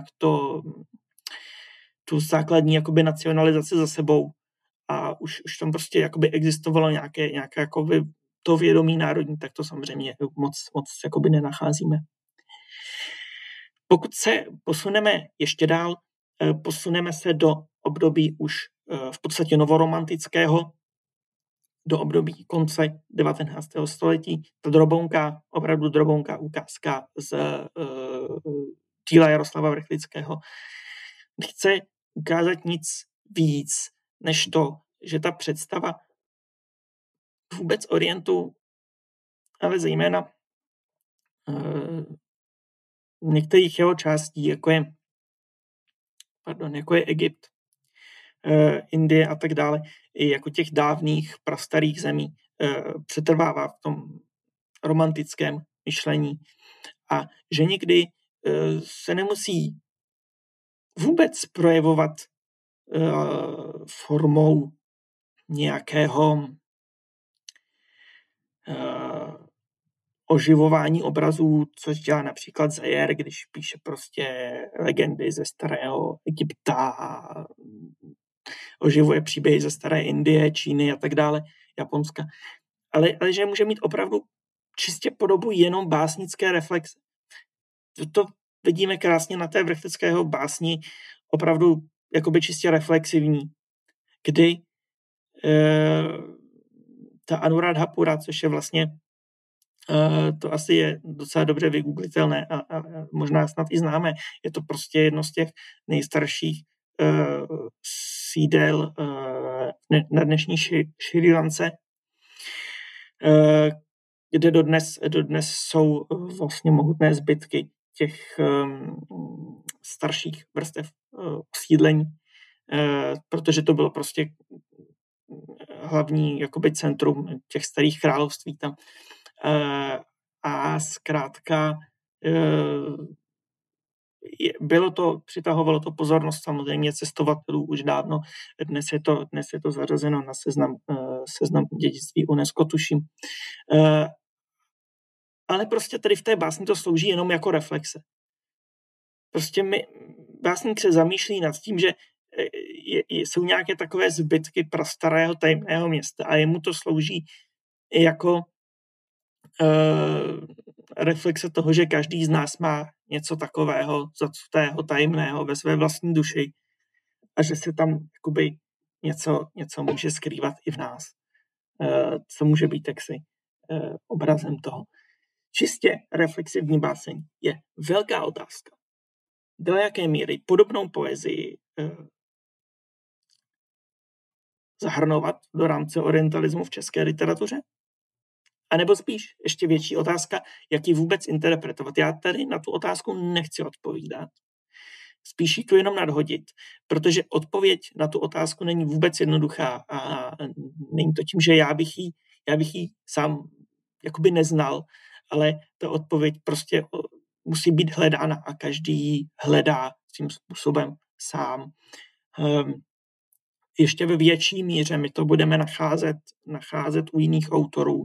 tu základní jakoby nacionalizaci za sebou a už tam prostě jakoby existovalo nějaké jakoby to vědomí národní, tak to samozřejmě moc jakoby nenacházíme. Pokud se posuneme ještě dál, posuneme se do období už v podstatě novoromantického, do období konce 19. století. Ta opravdu drobounká ukázka z díla Jaroslava Vrchlického nechce ukázat nic víc, než to, že ta představa vůbec Orientu, ale zejména některých jeho částí, jako je Egypt, Indie a tak dále, i jako těch dávných prastarých zemí, přetrvává v tom romantickém myšlení a že někdy se nemusí vůbec projevovat formou nějakého oživování obrazů, což dělá například Zajer, když píše prostě legendy ze starého Egypta a oživuje příběhy ze staré Indie, Číny a tak dále, Japonska. Ale že může mít opravdu čistě podobu jenom básnické reflexe. To vidíme krásně na té Vrchlického básni, opravdu jakoby čistě reflexivní, kdy ta Anuradhapura, což je vlastně to asi je docela dobře vygooglitelné a možná snad i známe. Je to prostě jedno z těch nejstarších sídel na dnešní Šrí Lance, kde dodnes jsou vlastně mohutné zbytky těch starších vrstev osídlení, protože to bylo prostě hlavní jakoby centrum těch starých království tam. A zkrátka přitahovalo to pozornost samozřejmě cestovatelů už dávno. Dnes je to zařazeno na seznam dědictví UNESCO, tuším. Ale prostě tady v té básni to slouží jenom jako reflexe. Prostě básník se zamýšlí nad tím, že jsou nějaké takové zbytky prastarého tajemného města a jemu to slouží jako reflexe toho, že každý z nás má něco takového zacutého, tajemného ve své vlastní duši a že se tam jakoby něco může skrývat i v nás, co může být jaksi obrazem toho. Čistě reflexivní báseň je velká otázka. Do jaké míry podobnou poezii zahrnovat do rámce orientalismu v české literatuře? A nebo spíš ještě větší otázka, jak ji vůbec interpretovat. Já tady na tu otázku nechci odpovídat. Spíš ji tu jenom nadhodit, protože odpověď na tu otázku není vůbec jednoduchá a není to tím, že já bych ji sám jakoby neznal, ale ta odpověď prostě musí být hledána a každý ji hledá tím způsobem sám. Ještě ve větší míře my to budeme nacházet u jiných autorů.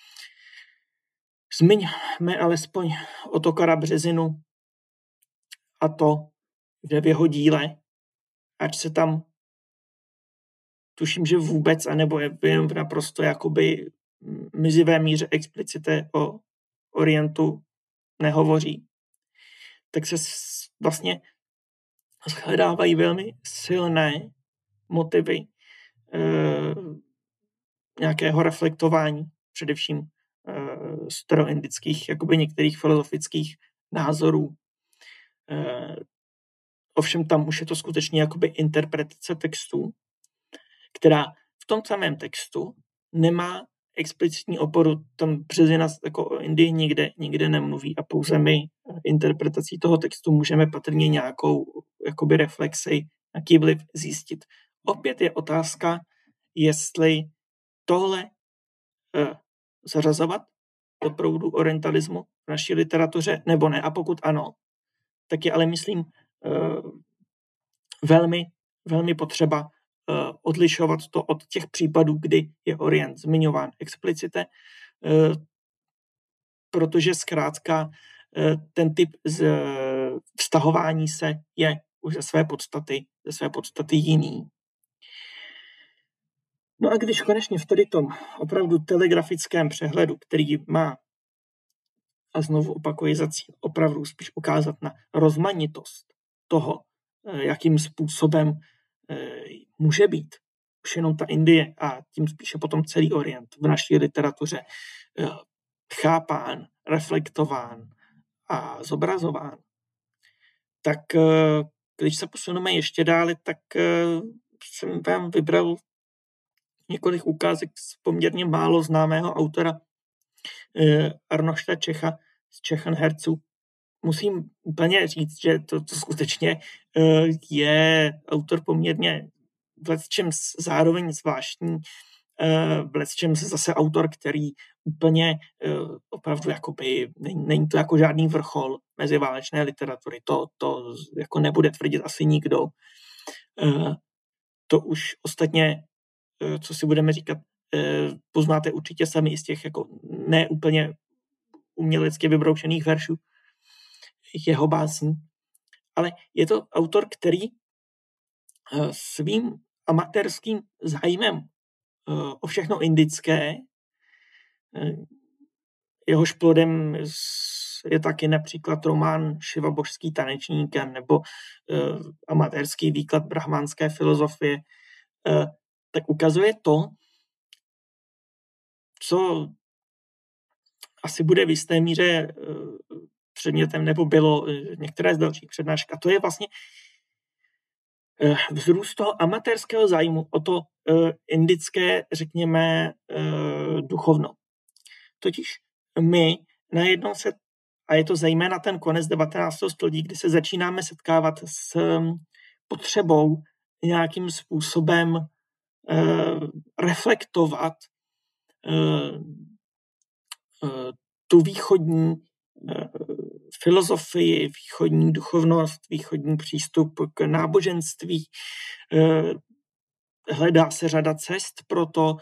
Zmiňme alespoň Ottokara Březinu a to, že v jeho díle, ať se tam tuším, že vůbec, anebo jen v naprosto jakoby mizivé míře explicité o Orientu nehovoří, tak se vlastně shledávají velmi silné motivy nějakého reflektování, především staroindických, jakoby některých filozofických názorů. Ovšem tam už je to skutečně jakoby interpretace textů, která v tom samém textu nemá explicitní oporu. Tam Březina jako o Indii nikde nemluví a pouze my interpretací toho textu můžeme patrně nějakou jakoby reflexi, nějaký vliv zjistit. Opět je otázka, jestli tohle zařazovat do proudu orientalismu v naší literatuře, nebo ne. A pokud ano, tak je ale myslím velmi, velmi potřeba odlišovat to od těch případů, kdy je Orient zmiňován explicite, protože zkrátka ten typ vztahování se je už ze své podstaty jiný. No a když konečně v tady tom opravdu telegrafickém přehledu, který má, a znovu opakuji, za cíl opravdu spíš ukázat na rozmanitost toho, jakým způsobem může být už jenom ta Indie a tím spíše potom celý Orient v naší literatuře chápán, reflektován a zobrazován. Tak když se posuneme ještě dále, tak jsem vám vybral několik ukázek z poměrně málo známého autora Arnošta Čecha z Čech and Herců. Musím úplně říct, že to skutečně je autor poměrně v lecčem zároveň zvláštní, v lecčem zase autor, který úplně opravdu jakoby, není to jako žádný vrchol meziválečné literatury. To jako nebude tvrdit asi nikdo. To už ostatně, co si budeme říkat, poznáte určitě sami i z těch jako ne úplně umělecky vybroušených veršů jeho básní. Ale je to autor, který svým amatérským zájmem o všechno indické, jehož plodem je taky například román Šiva božský tanečníkem nebo amatérský výklad brahmánské filozofie, tak ukazuje to, co asi bude v jisté míře předmětem nebo bylo některé z dalších přednášek. A to je vlastně vzrůst toho amatérského zájmu o to indické, řekněme, duchovno. Totiž my najednou a je to zejména ten konec 19. století, kdy se začínáme setkávat s potřebou nějakým způsobem reflektovat tu východní filozofii, východní duchovnost, východní přístup k náboženství. Hledá se řada cest, proto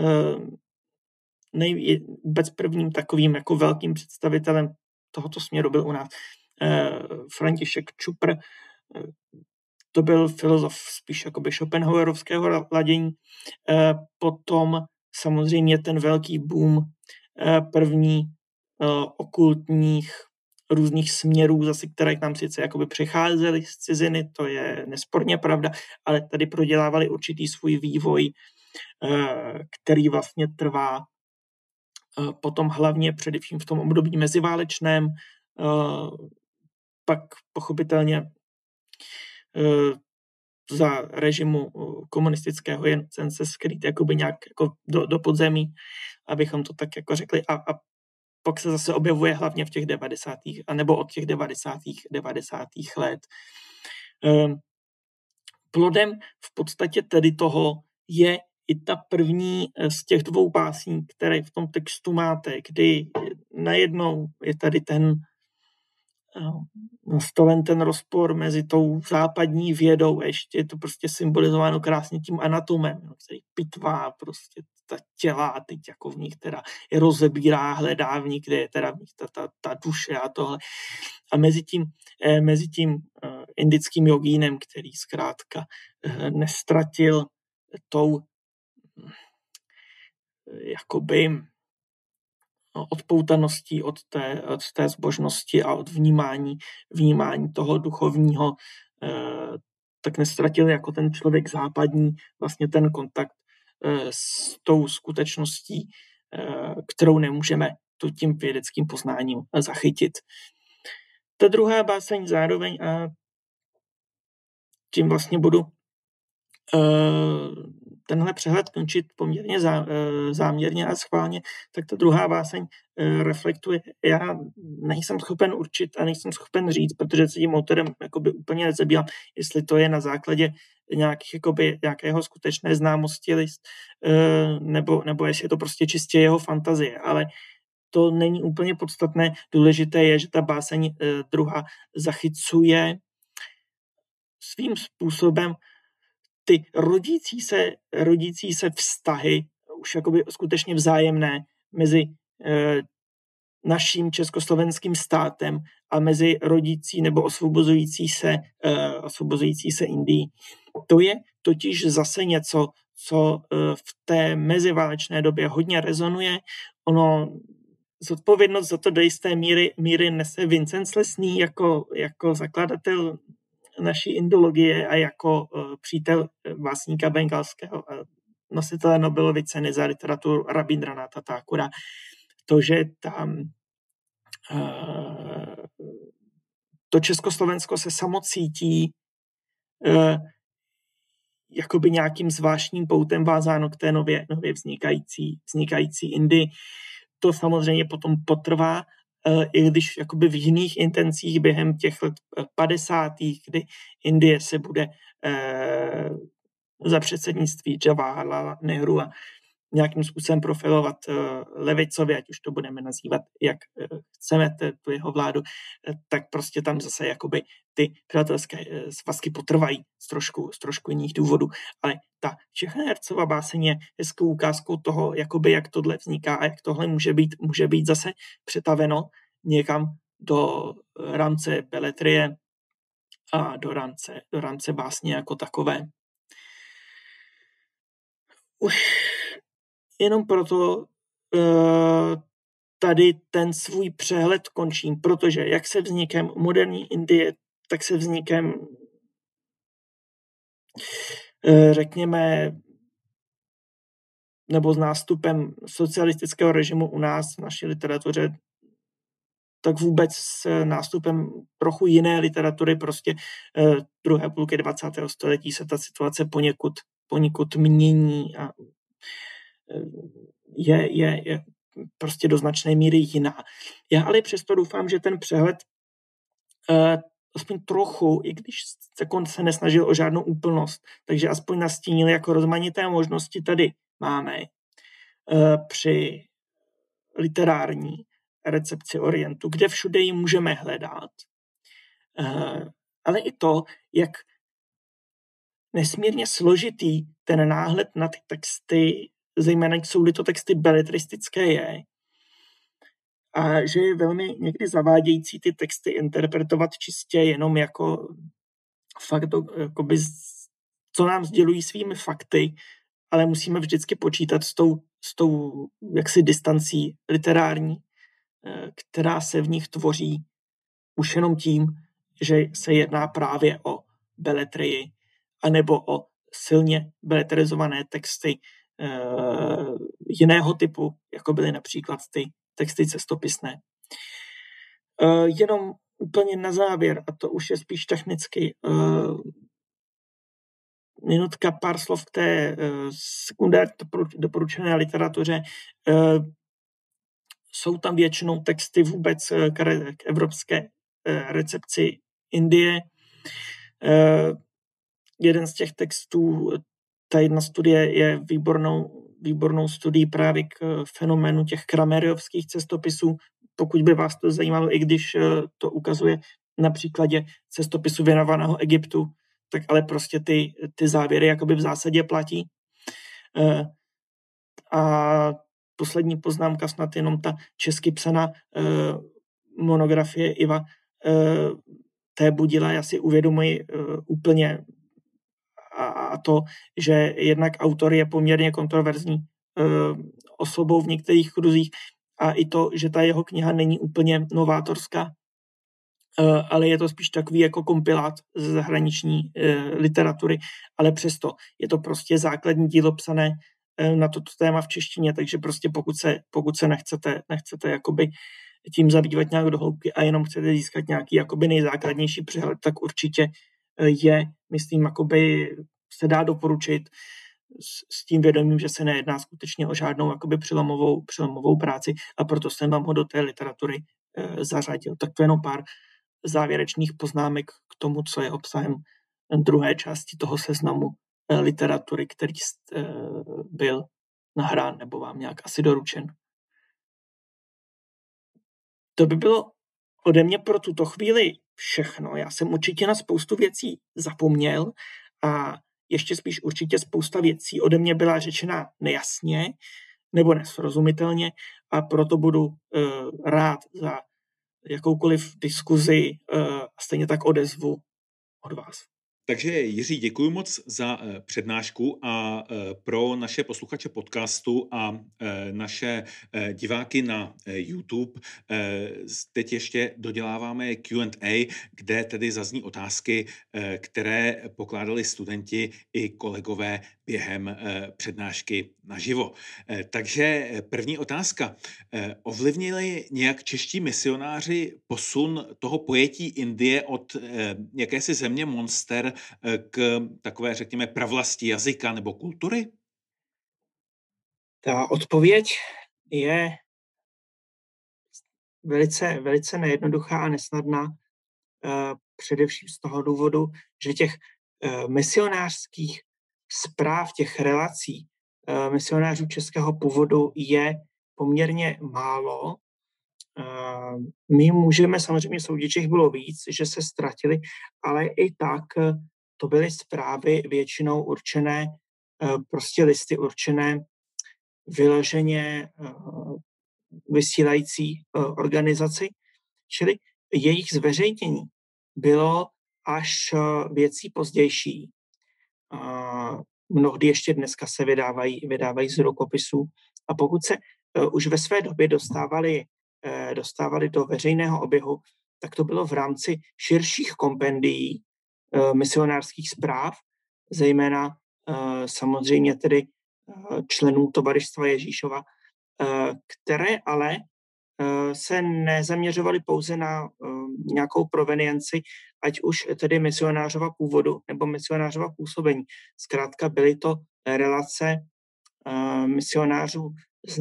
vůbec prvním takovým jako velkým představitelem tohoto směru byl u nás František Čupr. To byl filozof spíš jakoby Schopenhauerovského ladění. Potom samozřejmě ten velký boom první okultních různých směrů, zase které k nám sice jakoby přicházely z ciziny, to je nesporně pravda, ale tady prodělávali určitý svůj vývoj, který vlastně trvá potom hlavně především v tom období meziválečném, pak pochopitelně za režimu komunistického jen se skrýt jakoby nějak jako do podzemí, abychom to tak jako řekli, a pak se zase objevuje hlavně v těch 90. anebo od těch 90. let. Plodem v podstatě tedy toho je i ta první z těch dvou básní, které v tom textu máte, kdy najednou je tady nastolen ten rozpor mezi tou západní vědou a ještě je to prostě symbolizováno krásně tím anatomem, který pitvá prostě ta těla a teď jako v nich teda je rozebírá, hledá v nich, kde je teda v nich ta duše a tohle. A mezi tím indickým jogínem, který zkrátka nestratil tou jakoby odpoutaností od té zbožnosti a od vnímání toho duchovního, tak nestratil jako ten člověk západní vlastně ten kontakt s tou skutečností, kterou nemůžeme tím vědeckým poznáním zachytit. Ta druhá báseň zároveň, a tím vlastně budu tenhle přehled končit poměrně záměrně a schválně, tak ta druhá báseň reflektuje. Já nejsem schopen určit a nejsem schopen říct, protože se tím autorem jakoby úplně nezabývám, jestli to je na základě nějakého skutečné známosti list, nebo jestli je to prostě čistě jeho fantazie, ale to není úplně podstatné. Důležité je, že ta báseň druhá zachycuje svým způsobem ty rodící se vztahy, už jakoby skutečně vzájemné mezi naším československým státem a mezi rodící nebo osvobozující se Indií. To je totiž zase něco, co v té meziválečné době hodně rezonuje. Ono zodpovědnost za to do jisté míry nese Vincent Slesný jako zakladatel naší indologie a jako přítel básníka bengalského nositele Nobelovy ceny za literaturu Rabindranatha Thakura, to, že tam to Československo se samo cítí jakoby nějakým zvláštním poutem vázáno k té nově vznikající Indii. To samozřejmě potom potrvá, i když jakoby v jiných intencích během těch let 50., kdy Indie se bude za předsednictví Jawaharlala Nehrua nějakým způsobem profilovat levicově, ať už to budeme nazývat, jak chceme, tu jeho vládu, tak prostě tam zase jakoby ty přátelské svazky potrvají z trošku jiných důvodů. Ale ta Čechnercova báseň je hezkou ukázkou toho, jakoby jak tohle vzniká a jak tohle může být zase přetaveno někam do rámce beletrie a do rámce básně jako takové. Už jenom proto tady ten svůj přehled končím, protože jak se vznikem moderní Indie, tak se vznikem řekněme nebo s nástupem socialistického režimu u nás v naší literatuře, tak vůbec s nástupem trochu jiné literatury, prostě druhé půlky 20. století se ta situace poněkud mění a je prostě do značné míry jiná. Já ale přesto doufám, že ten přehled aspoň trochu, i když se nesnažil o žádnou úplnost, takže aspoň nastínil, jako rozmanité možnosti tady máme při literární recepci Orientu, kde všude ji můžeme hledat, ale i to, jak nesmírně složitý ten náhled na ty texty, zejména jsou-li to texty beletristické, je. A že je velmi někdy zavádějící ty texty interpretovat čistě jenom jako fakt, jakoby, co nám sdělují svými fakty, ale musíme vždycky počítat s tou jaksi distancí literární, která se v nich tvoří už jenom tím, že se jedná právě o beletrii anebo o silně beletrizované texty jiného typu, jako byly například ty texty cestopisné. Jenom úplně na závěr, a to už je spíš technicky, minutka, pár slov k té sekundární doporučené literatuře. Jsou tam většinou texty vůbec k evropské recepci Indie. Jeden z těch textů, ta jedna studie je výbornou studií právě k fenoménu těch krameriovských cestopisů. Pokud by vás to zajímalo, i když to ukazuje na příkladě cestopisu věnovaného Egyptu, tak ale prostě ty závěry jakoby v zásadě platí. A poslední poznámka, snad jenom ta česky psaná monografie Iva té Budila, já si uvědomuji úplně a to, že jednak autor je poměrně kontroverzní osobou v některých kruzích a i to, že ta jeho kniha není úplně novátorská, ale je to spíš takový jako kompilát ze zahraniční literatury, ale přesto je to prostě základní dílo psané na toto téma v češtině, takže prostě pokud se nechcete jakoby tím zabývat nějak do hloubky a jenom chcete získat nějaký jakoby nejzákladnější přehled, tak určitě je, myslím, jakoby se dá doporučit s tím vědomím, že se nejedná skutečně o žádnou jakoby přelomovou práci a proto jsem vám ho do té literatury zařadil. Tak to jenom pár závěrečných poznámek k tomu, co je obsahem druhé části toho seznamu literatury, který byl nahrán nebo vám nějak asi doručen. To by bylo ode mě pro tuto chvíli všechno. Já jsem určitě na spoustu věcí zapomněl a ještě spíš určitě spousta věcí ode mě byla řečena nejasně nebo nesrozumitelně a proto budu rád za jakoukoliv diskuzi a stejně tak odezvu od vás. Takže Jiří, děkuji moc za přednášku a pro naše posluchače podcastu a naše diváky na YouTube teď ještě doděláváme Q&A, kde tedy zazní otázky, které pokládali studenti i kolegové během přednášky naživo. Takže první otázka. Ovlivnili nějak čeští misionáři posun toho pojetí Indie od jakési země monster k takové, řekněme, pravlasti jazyka nebo kultury? Ta odpověď je velice, velice nejednoduchá a nesnadná, především z toho důvodu, že těch misionářských zpráv, těch relací misionářů českého původu je poměrně málo. My můžeme samozřejmě soudit, že jich bylo víc, že se ztratili, ale i tak to byly zprávy většinou určené, prostě listy určené vyloženě vysílající organizaci, čili jejich zveřejnění bylo až věcí pozdější. Mnohdy ještě dneska se vydávají z rukopisů. A pokud se už ve své době dostávali do veřejného oběhu, tak to bylo v rámci širších kompendií misionářských zpráv, zejména samozřejmě tedy členů Tovaristva Ježíšova, které ale se nezaměřovaly pouze na nějakou provenienci, ať už tedy misionářova původu nebo misionářova působení. Zkrátka byly to relace misionářů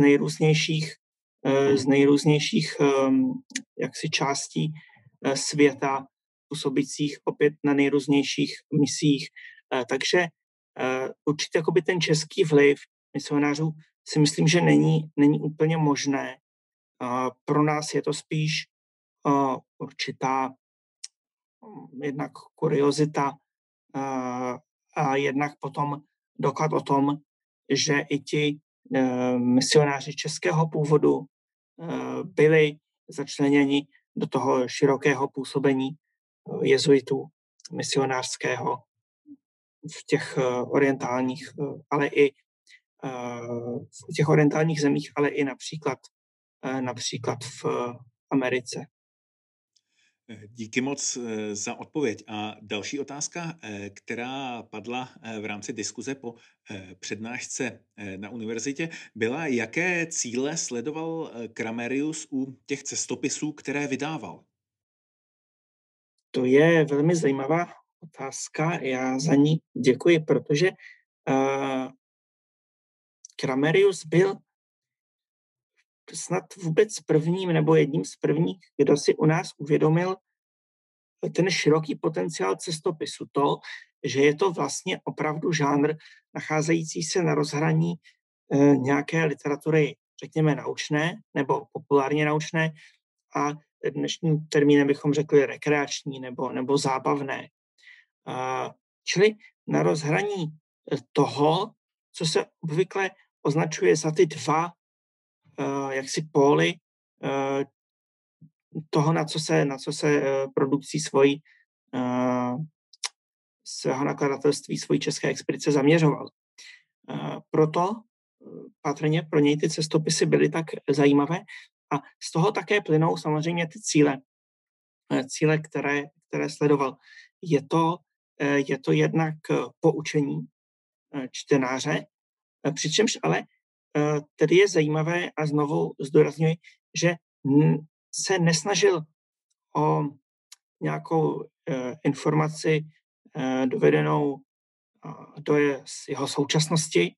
z nejrůznějších jaksi částí světa, působících opět na nejrůznějších misích. Takže určitě jakoby ten český vliv misionářů si myslím, že není úplně možné. Pro nás je to spíš určitá jednak kuriozita a jednak potom doklad o tom, že i ti misionáři českého původu byli začleněni do toho širokého působení jezuitů misionářského v těch orientálních, ale i v těch orientálních zemích, ale i například v Americe. Díky moc za odpověď. A další otázka, která padla v rámci diskuze po přednášce na univerzitě, byla, jaké cíle sledoval Kramerius u těch cestopisů, které vydával? To je velmi zajímavá otázka. Já za ní děkuji, protože Kramerius byl snad vůbec prvním nebo jedním z prvních, kdo si u nás uvědomil ten široký potenciál cestopisu. To, že je to vlastně opravdu žánr nacházející se na rozhraní nějaké literatury, řekněme, naučné nebo populárně naučné a dnešním termínem bychom řekli rekreační nebo zábavné. Čili na rozhraní toho, co se obvykle označuje za ty dva jaksi póly toho, na co se produkcí svého nakladatelství, svojí české expedice zaměřoval. Proto patrně pro něj ty cestopisy byly tak zajímavé a z toho také plynou samozřejmě ty cíle, které sledoval. Je to jednak poučení čtenáře, přičemž ale tedy je zajímavé a znovu zdůrazňuji, že se nesnažil o nějakou informaci dovedenou do jeho současnosti,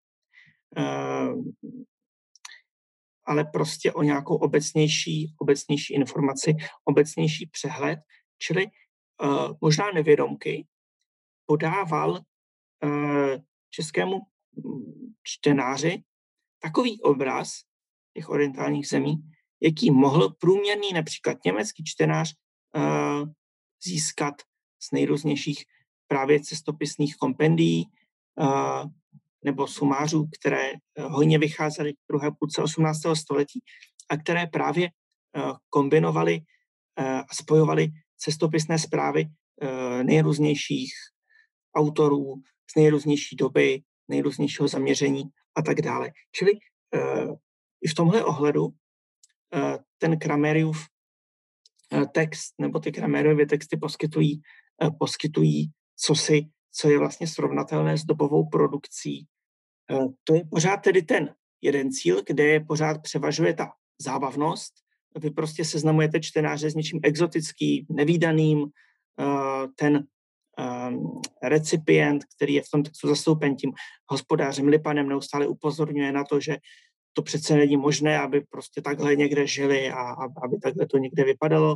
ale prostě o nějakou obecnější informaci, obecnější přehled, čili možná nevědomky podával českému čtenáři takový obraz těch orientálních zemí, jaký mohl průměrný například německý čtenář získat z nejrůznějších právě cestopisných kompendií nebo sumářů, které hojně vycházely v druhé půlce 18. století a které právě kombinovaly a spojovaly cestopisné zprávy nejrůznějších autorů z nejrůznější doby, nejrůznějšího zaměření a tak dále. Čili i v tomhle ohledu ten Crameriův text nebo ty Crameriovy texty poskytují co je vlastně srovnatelné s dobovou produkcí. To je pořád tedy ten jeden cíl, kde pořád převažuje ta zábavnost. Vy prostě seznamujete čtenáře s něčím exotickým, nevídaným. Ten recipient, který je v tom textu zastoupen tím hospodářem Lipanem, neustále upozorňuje na to, že to přece není možné, aby prostě takhle někde žili a aby takhle to někde vypadalo.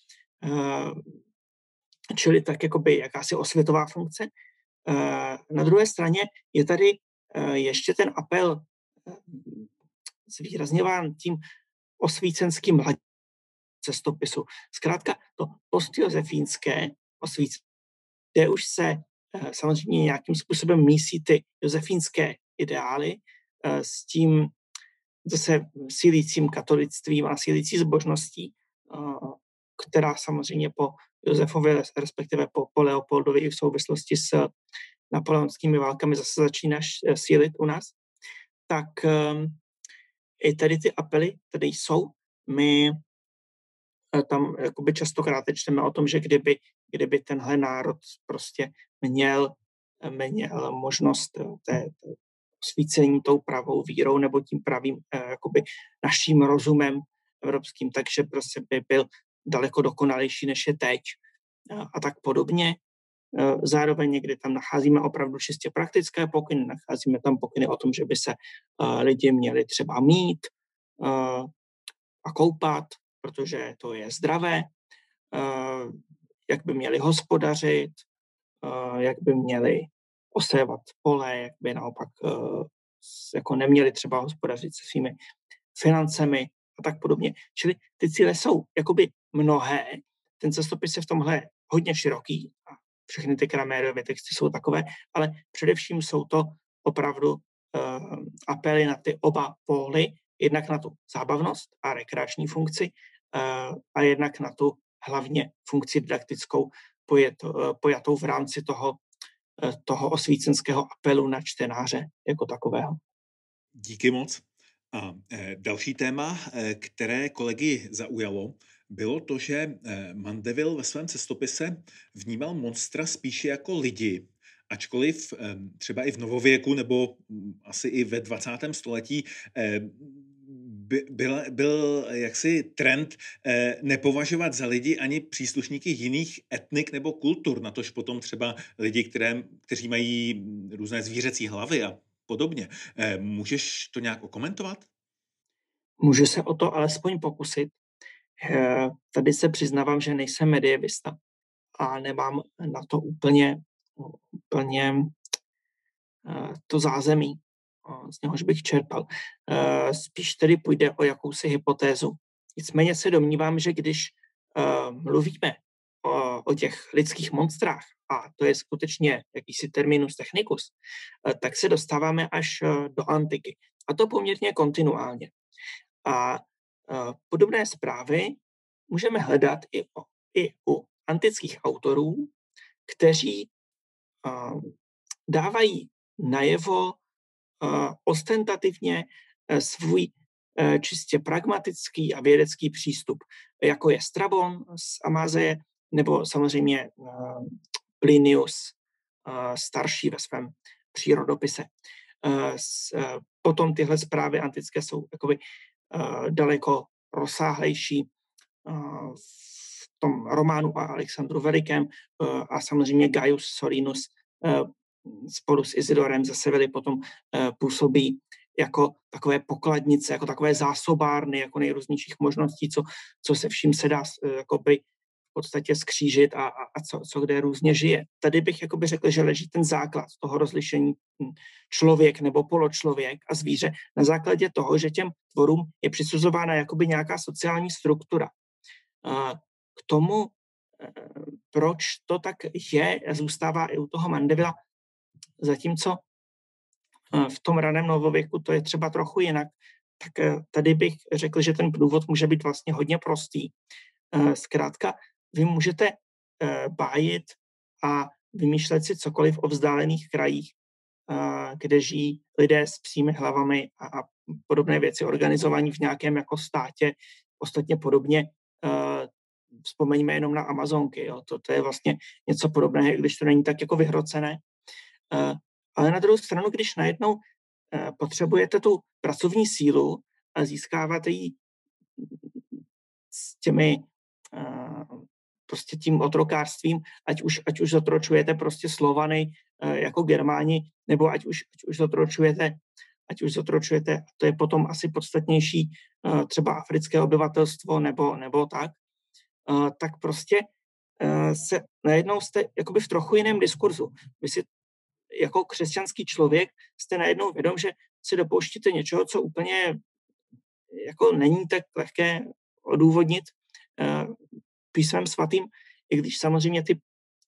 Čili tak jakoby jakási osvětová funkce. Na druhé straně je tady ještě ten apel zvýrazňován tím osvícenským hladem cestopisu. Zkrátka to postjosefínské osvícení, kde už se samozřejmě nějakým způsobem mísí ty josefínské ideály s tím zase sílícím katolictvím a sílící zbožností, která samozřejmě po Josefovi, respektive po Leopoldovi i v souvislosti s napoleonskými válkami zase začíná sílit u nás, tak i tady ty apely tady jsou. My tam jakoby častokrát čteme o tom, že kdyby tenhle národ prostě měl možnost té osvícení tou pravou vírou nebo tím pravým jakoby naším rozumem evropským, takže prostě by byl daleko dokonalejší, než je teď a tak podobně. Zároveň někdy tam nacházíme opravdu čistě praktické pokyny, nacházíme tam pokyny o tom, že by se lidi měli třeba mít a koupat, protože to je zdravé, jak by měli hospodařit, jak by měli osévat pole, jak by naopak jako neměli třeba hospodařit se svými financemi a tak podobně. Čili ty cíle jsou jakoby mnohé. Ten cestopis je v tomhle hodně široký a všechny ty Crameriovy texty jsou takové, ale především jsou to opravdu apely na ty oba póly, jednak na tu zábavnost a rekreační funkci a jednak na tu hlavně funkci didaktickou pojatou v rámci toho osvícenského apelu na čtenáře jako takového. Díky moc. A další téma, které kolegy zaujalo, bylo to, že Mandeville ve svém cestopise vnímal monstra spíše jako lidi, ačkoliv třeba i v novověku nebo asi i ve 20. století byl jaksi trend nepovažovat za lidi ani příslušníky jiných etnik nebo kultur, natož potom třeba lidi, kteří mají různé zvířecí hlavy a podobně. Můžeš to nějak okomentovat? Můžu se o to alespoň pokusit. Tady se přiznávám, že nejsem medievista a nemám na to úplně to zázemí, z něhož bych čerpal. Spíš tedy půjde o jakousi hypotézu. Nicméně se domnívám, že když mluvíme o těch lidských monstrách, a to je skutečně jakýsi terminus technicus, tak se dostáváme až do antiky. A to poměrně kontinuálně. A podobné zprávy můžeme hledat i u antických autorů, kteří dávají najevo ostentativně svůj čistě pragmatický a vědecký přístup, jako je Strabon z Amázeje, nebo samozřejmě Plinius starší ve svém přírodopise. Potom tyhle zprávy antické jsou jakoby daleko rozsáhlejší v tom románu o Alexandru Velikém a samozřejmě Gaius Sorinus spolu s Izidorem Zasevili potom působí jako takové pokladnice, jako takové zásobárny, jako nejrůznějších možností, co se vším se dá jakoby v podstatě skřížit a co kde různě žije. Tady bych jakoby řekl, že leží ten základ toho rozlišení člověk nebo poločlověk a zvíře na základě toho, že těm tvorům je přisuzována jakoby nějaká sociální struktura. K tomu, proč to tak je, zůstává i u toho Mandevilla, zatímco v tom raném novověku to je třeba trochu jinak, tak tady bych řekl, že ten důvod může být vlastně hodně prostý. Zkrátka, vy můžete bájit a vymýšlet si cokoliv o vzdálených krajích, kde žijí lidé s psími hlavami a podobné věci, organizovaní v nějakém jako státě, ostatně podobně. Vzpomeňme jenom na Amazonky, jo. To je vlastně něco podobného, když to není tak jako vyhrocené. Ale na druhou stranu, když najednou potřebujete tu pracovní sílu a získáváte ji s těmi prostě tím otrokářstvím, ať už zotročujete prostě Slovany jako Germáni, nebo ať už zotročujete, to je potom asi podstatnější, třeba africké obyvatelstvo nebo tak prostě se najednou jste jakoby v trochu jiném diskurzu. Vy si jako křesťanský člověk jste najednou vědom, že si dopouštíte něčeho, co úplně jako není tak lehké odůvodnit písmem svatým, i když samozřejmě ty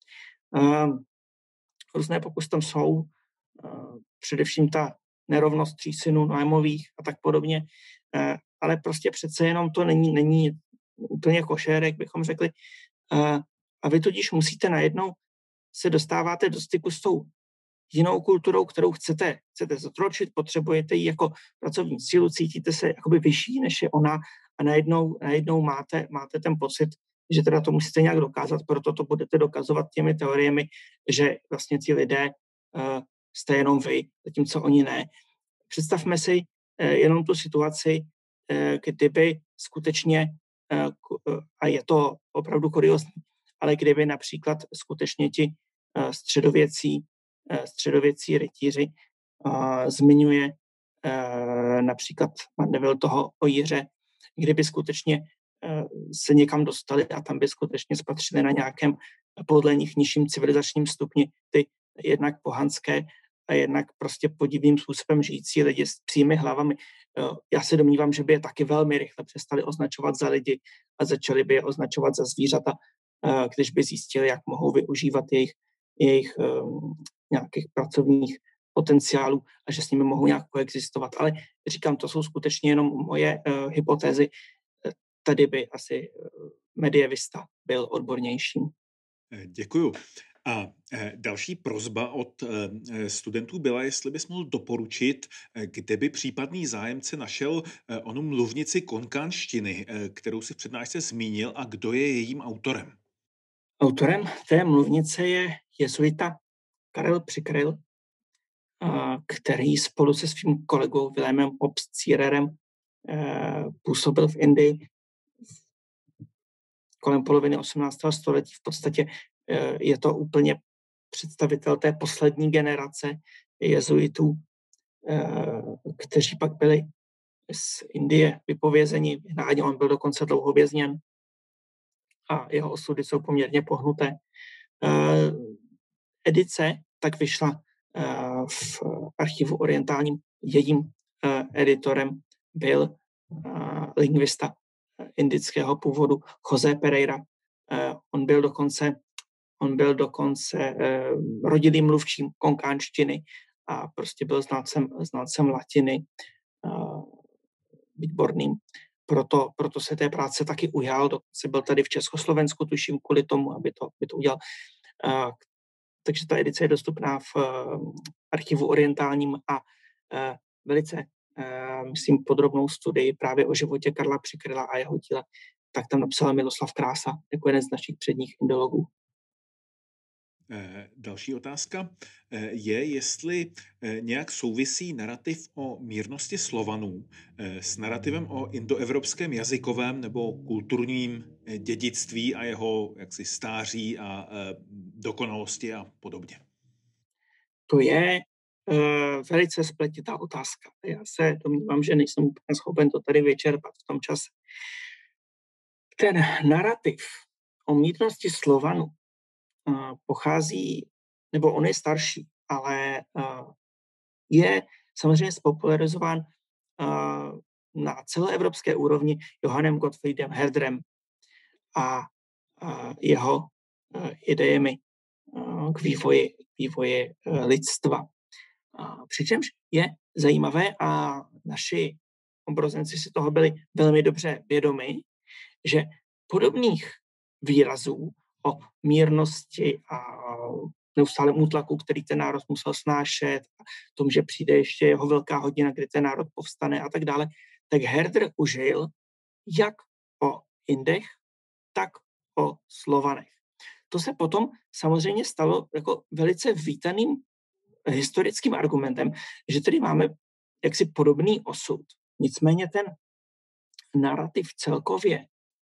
různé pokusy tam jsou, především ta nerovnost 3 synů Noémových a tak podobně, ale prostě přece jenom to není úplně košer, jak bychom řekli. A vy tudíž musíte najednou se dostáváte do styku s tou jinou kulturou, kterou chcete zotročit, potřebujete ji jako pracovní sílu, cítíte se jakoby vyšší, než je ona a najednou máte ten pocit, že teda to musíte nějak dokázat, proto to budete dokazovat těmi teoriemi, že vlastně ti lidé jste jenom vy, zatímco oni ne. Představme si jenom tu situaci, kdyby skutečně, a je to opravdu kuriózní, ale kdyby například skutečně ti středověcí rytíři zmiňuje například Mandeville toho o Jiře, kdyby skutečně se někam dostali a tam by skutečně spatřili na nějakém podle nich nižším civilizačním stupni ty jednak pohanské a jednak prostě podivným způsobem žijící lidi s psími hlavami. Já se domnívám, že by je taky velmi rychle přestali označovat za lidi a začali by je označovat za zvířata, když by zjistili, jak mohou využívat jejich nějakých pracovních potenciálů a že s nimi mohou nějak koexistovat. Ale říkám, to jsou skutečně jenom moje hypotézy. Tady by asi medievista byl odbornějším. Děkuju. A další prosba od studentů byla, jestli bys mohl doporučit, kde by případný zájemce našel onu mluvnici konkánštiny, kterou si v přednášce zmínil, a kdo je jejím autorem? Autorem té mluvnice je jezuita Karel Přikryl, který spolu se svým kolegou Wilhelmem Obstziererem působil v Indii kolem poloviny 18. století. V podstatě je to úplně představitel té poslední generace jezuitů, kteří pak byli z Indie vypovězeni, vyhnáni. On byl dokonce dlouho vězněn a jeho osudy jsou poměrně pohnuté. Edice tak vyšla v archivu orientálním. Jejím editorem byl lingvista indického původu José Pereira. On byl dokonce rodilým mluvčím konkánštiny a prostě byl znalcem latiny výborným. Proto se té práce taky ujal. Dokonce byl tady v Československu, tuším, kvůli tomu, aby to udělal. Takže ta edice je dostupná v archivu orientálním a velice, myslím, podrobnou studii právě o životě Karla Přikryla a jeho díle, tak tam napsal Miloslav Krása jako jeden z našich předních indologů. Další otázka je, jestli nějak souvisí narrativ o mírnosti Slovanů s narrativem o indoevropském jazykovém nebo kulturním dědictví a jeho jaksi stáří a dokonalosti a podobně. To je velice spletitá otázka. Já se domnívám, že nejsem úplně schopen to tady vyčerpat v tom čase. Ten narrativ o mírnosti Slovanů pochází, nebo on je starší, ale je samozřejmě spopularizován na celoevropské úrovni Johannem Gottfriedem Herderem a jeho idejemi k vývoji lidstva. Přičemž je zajímavé a naši obrozenci si toho byli velmi dobře vědomi, že podobných výrazů o mírnosti a neustálém útlaku, který ten národ musel snášet, a tom, že přijde ještě jeho velká hodina, kdy ten národ povstane a tak dále, tak Herder užil jak o Indech, tak o Slovanech. To se potom samozřejmě stalo jako velice vítaným historickým argumentem, že tedy máme jaksi podobný osud. Nicméně ten narrativ celkově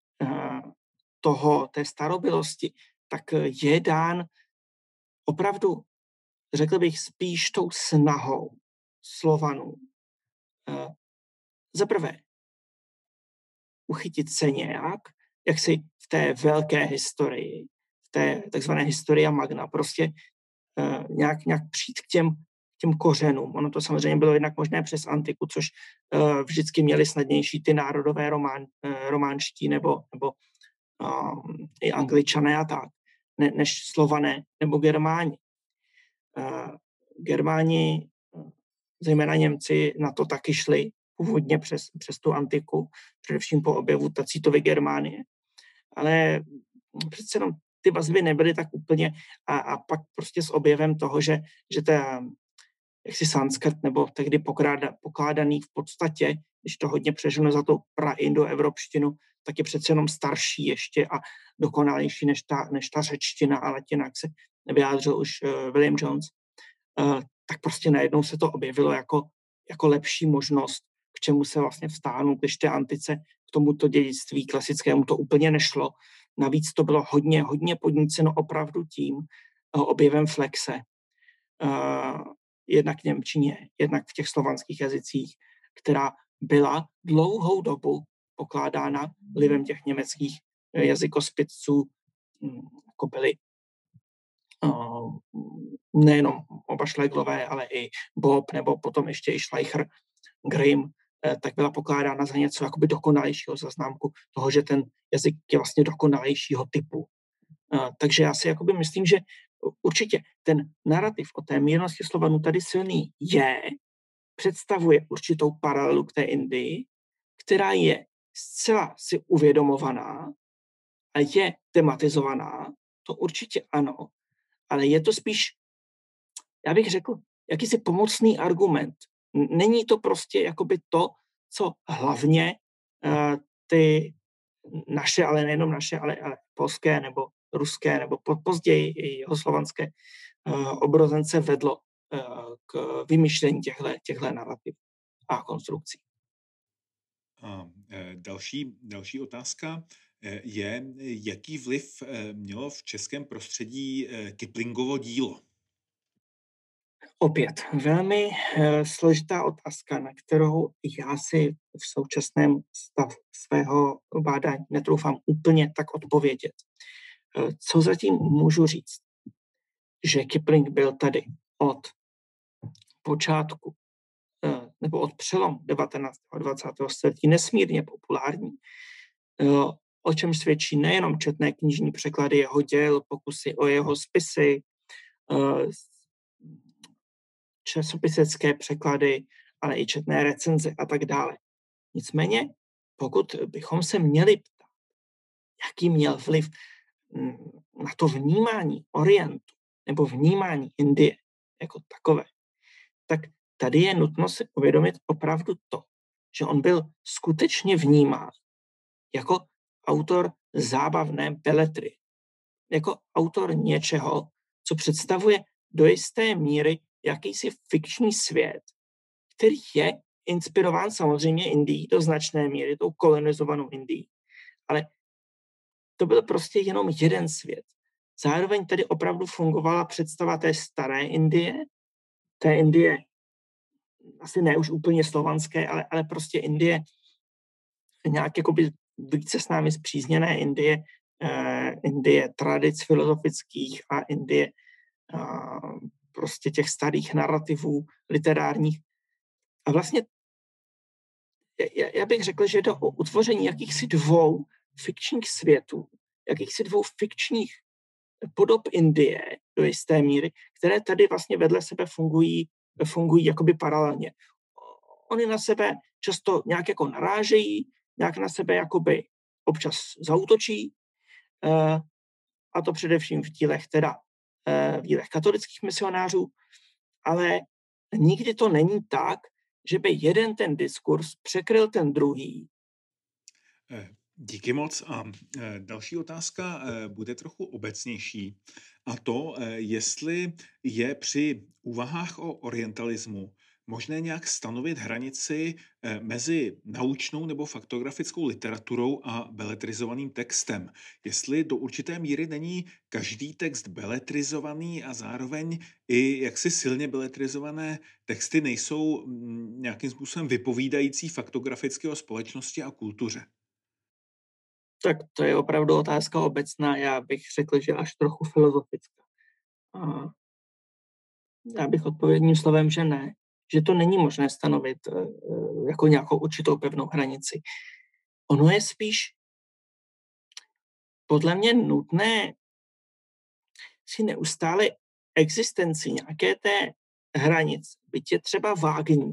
té starobylosti, tak je dán opravdu, řekl bych, spíš tou snahou Slovanů. Za prvé, uchytit se nějak, jak si v té velké historii, v té takzvané historia magna, prostě nějak přijít k těm kořenům. Ono to samozřejmě bylo jednak možné přes antiku, což vždycky měli snadnější ty národové románští nebo i Angličané a tak, než Slované nebo Germáni. Germáni, zejména Němci, na to taky šli původně přes tu antiku, především po objevu Tacitovy Germánie. Ale přece jenom ty vazby nebyly tak úplně a pak prostě s objevem toho, že ta jaksi sanskrt nebo tehdy pokládaný v podstatě, když to hodně přeženu za tu praindoevropštinu, tak je přece jenom starší ještě a dokonalejší než ta řečtina a latina, jak se vyjádřil už William Jones, tak prostě najednou se to objevilo jako lepší možnost, k čemu se vlastně vztáhnout, když té antice k tomuto dědictví klasickému to úplně nešlo. Navíc to bylo hodně podníceno opravdu tím objevem flexe. Jednak v němčině, jednak v těch slovanských jazycích, která byla dlouhou dobu pokládána vlivem těch německých jazykospisců, jako byli nejenom oba Schlegelové, ale i Bob, nebo potom ještě i Schleicher, Grimm, tak byla pokládána za něco jakoby dokonalejšího, za známku toho, že ten jazyk je vlastně dokonalejšího typu. Takže já si jakoby myslím, že určitě ten narrativ o té mírnosti Slovanů tady silný představuje určitou paralelu k té Indii, která je zcela si uvědomovaná a je tematizovaná, to určitě ano, ale je to spíš, já bych řekl, jakýsi pomocný argument. Není to prostě jakoby to, co hlavně ty naše, ale nejenom naše, ale polské nebo ruské nebo později i jihoslovanské obrozence vedlo k vymýšlení těchto narrativů a konstrukcí. A další otázka je, jaký vliv mělo v českém prostředí Kiplingovo dílo? Opět velmi složitá otázka, na kterou já si v současném stavu svého bádání netroufám úplně tak odpovědět. Co zatím můžu říct? Že Kipling byl tady od počátku nebo od přelomu 19. a 20. století nesmírně populární, o čem svědčí nejenom četné knižní překlady jeho děl, pokusy o jeho spisy, časopisecké překlady, ale i četné recenze a tak dále. Nicméně, pokud bychom se měli ptát, jaký měl vliv na to vnímání Orientu nebo vnímání Indie jako takové, tak tady je nutno si uvědomit opravdu to, že on byl skutečně vnímán jako autor zábavné beletry, jako autor něčeho, co představuje do jisté míry jakýsi fikční svět, který je inspirován samozřejmě Indií do značné míry, tou kolonizovanou Indií. Ale to byl prostě jenom jeden svět. Zároveň tedy opravdu fungovala představa té staré Indie, té Indie asi ne už úplně slovanské, ale prostě Indie nějak jakoby více s námi zpřízněné Indie tradic filozofických a Indie prostě těch starých narrativů literárních. A vlastně já bych řekl, že jde o utvoření jakýchsi dvou fikčních světů, jakýchsi dvou fikčních podob Indie do jisté míry, které tady vlastně vedle sebe fungují jakoby paralelně. Oni na sebe často nějak jako narážejí, nějak na sebe jakoby občas zaútočí, a to především v dílech teda dílech katolických misionářů, ale nikdy to není tak, že by jeden ten diskurs překryl ten druhý. Díky moc. A další otázka bude trochu obecnější. A to, jestli je při úvahách o orientalismu možné nějak stanovit hranici mezi naučnou nebo faktografickou literaturou a beletrizovaným textem. Jestli do určité míry není každý text beletrizovaný a zároveň i jaksi silně beletrizované texty nejsou nějakým způsobem vypovídající faktograficky o společnosti a kultuře. Tak to je opravdu otázka obecná, já bych řekl, že až trochu filozofická. A já bych odpovědným slovem, že ne, že to není možné stanovit jako nějakou určitou pevnou hranici. Ono je spíš podle mě nutné si neustále existenci nějaké té hranice, byť je třeba vágní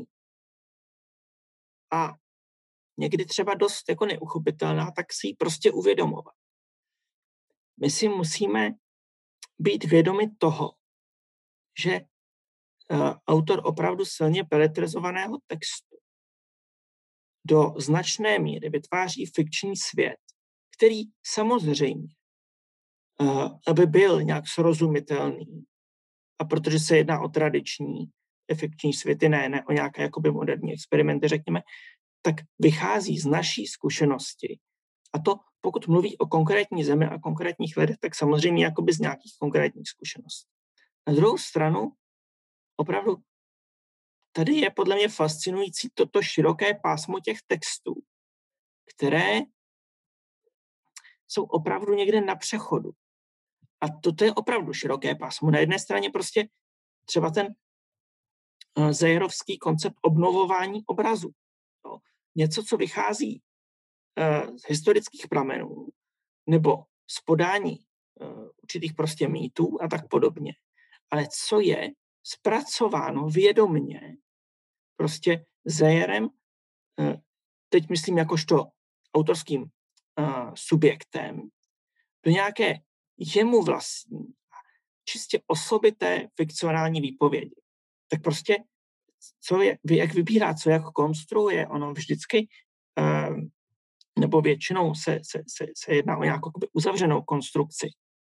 a někdy třeba dost jako neuchopitelná, tak si ji prostě uvědomovat. My si musíme být vědomi toho, že autor opravdu silně beletrizovaného textu do značné míry vytváří fikční svět, který samozřejmě, aby byl nějak srozumitelný, a protože se jedná o tradiční fikční světy, ne o nějaké jakoby moderní experimenty, řekněme, tak vychází z naší zkušenosti. A to, pokud mluví o konkrétní zemi a konkrétních lidech, tak samozřejmě jakoby z nějakých konkrétních zkušeností. Na druhou stranu, opravdu, tady je podle mě fascinující toto široké pásmo těch textů, které jsou opravdu někde na přechodu. A toto je opravdu široké pásmo. Na jedné straně prostě třeba ten Zajerovský koncept obnovování obrazu. No, něco, co vychází z historických pramenů nebo z podání určitých prostě mýtů a tak podobně. Ale co je zpracováno vědomně prostě Zajerem, teď myslím jakožto autorským subjektem, do nějaké jemu vlastní, čistě osobité fikcionální výpovědi. Tak prostě, jak vybírá, co jak konstruuje, ono vždycky, nebo většinou se jedná o nějakou uzavřenou konstrukci,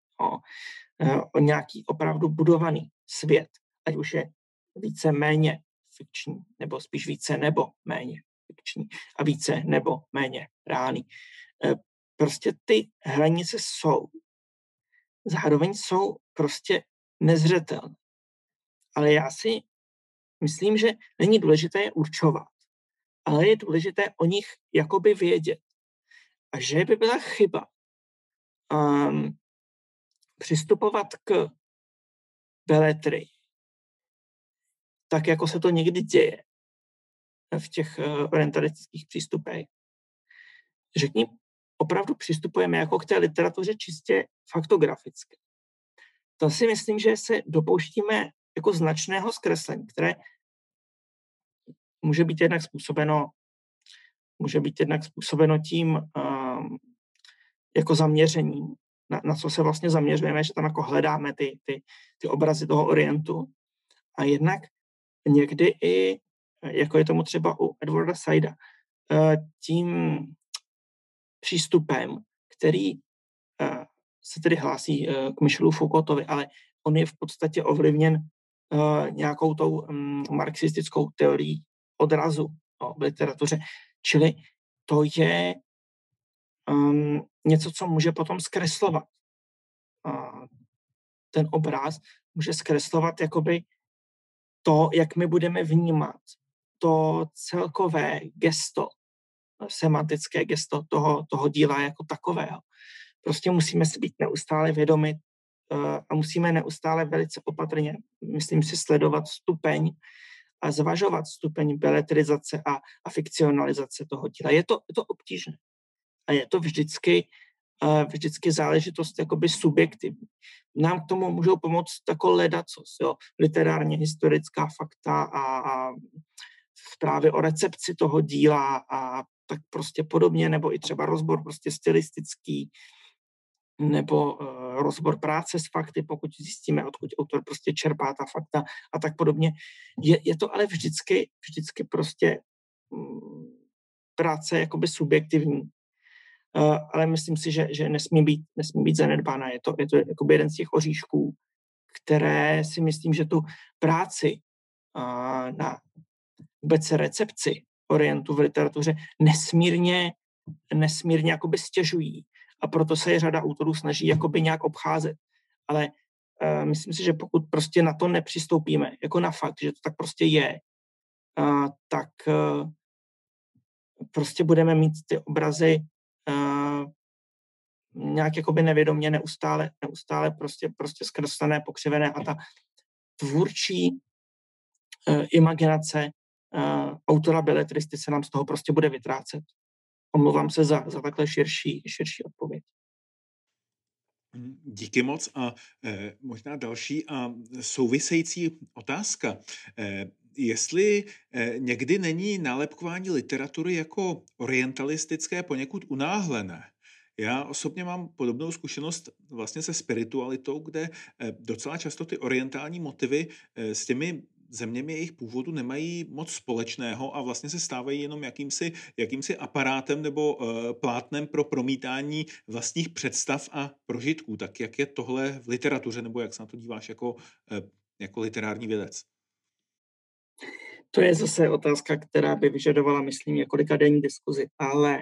o nějaký opravdu budovaný svět, ať už je více méně fikční, nebo spíš více nebo méně fikční a více nebo méně reálný. Prostě ty hranice jsou. Zároveň jsou prostě nezřetelné. Ale já si myslím, že není důležité je určovat, ale je důležité o nich jakoby vědět. A že by byla chyba přistupovat k beletrii, tak jako se to někdy děje v těch orientalistických přístupech. Že k ním opravdu přistupujeme jako k té literatuře čistě faktografické. To si myslím, že se dopouštíme jako značného zkreslení, které může být jednak způsobeno tím jako zaměřením, na co se vlastně zaměřujeme, že tam jako hledáme ty obrazy toho orientu. A jednak někdy i, jako je tomu třeba u Edwarda Saida, tím přístupem, který se tedy hlásí k Michelu Foucaultovi, ale on je v podstatě ovlivněn nějakou tou marxistickou teorií odrazu v literatuře. Čili to je něco, co může potom zkreslovat. Ten obraz může zkreslovat jakoby to, jak my budeme vnímat to celkové gesto, semantické gesto toho díla jako takového. Prostě musíme si být neustále vědomi a musíme neustále velice opatrně, myslím si, sledovat stupeň a zvažovat stupeň beletrizace a fikcionalizace toho díla. Je to obtížné. A je to vždycky záležitost jakoby subjektivní. Nám k tomu můžou pomoct jako ledacos, literárně historická fakta a právě o recepci toho díla a tak prostě podobně, nebo i třeba rozbor prostě stylistický. nebo rozbor práce s fakty, pokud zjistíme, odkud autor prostě čerpá ta fakta a tak podobně. Je to ale vždycky prostě práce jakoby subjektivní. Ale myslím si, že nesmí být zanedbána. Je to jakoby jeden z těch oříšků, které si myslím, že tu práci na vůbec recepci orientu v literatuře nesmírně jakoby stěžují. A proto se je řada autorů snaží jakoby nějak obcházet. Ale myslím si, že pokud prostě na to nepřistoupíme, jako na fakt, že to tak prostě je, tak prostě budeme mít ty obrazy nějak jakoby nevědomě neustále prostě zkreslené, pokřivené a ta tvůrčí imaginace autora beletristy se nám z toho prostě bude vytrácet. Omlouvám se za takhle širší odpověď. Díky moc a možná další a související otázka. Jestli někdy není nálepkování literatury jako orientalistické poněkud unáhlené. Já osobně mám podobnou zkušenost vlastně se spiritualitou, kde docela často ty orientální motivy s těmi zeměmi jejich původu nemají moc společného a vlastně se stávají jenom jakýmsi aparátem nebo plátnem pro promítání vlastních představ a prožitků. Tak jak je tohle v literatuře, nebo jak se na to díváš jako literární vědec? To je zase otázka, která by vyžadovala, myslím, několika denní diskuzi, ale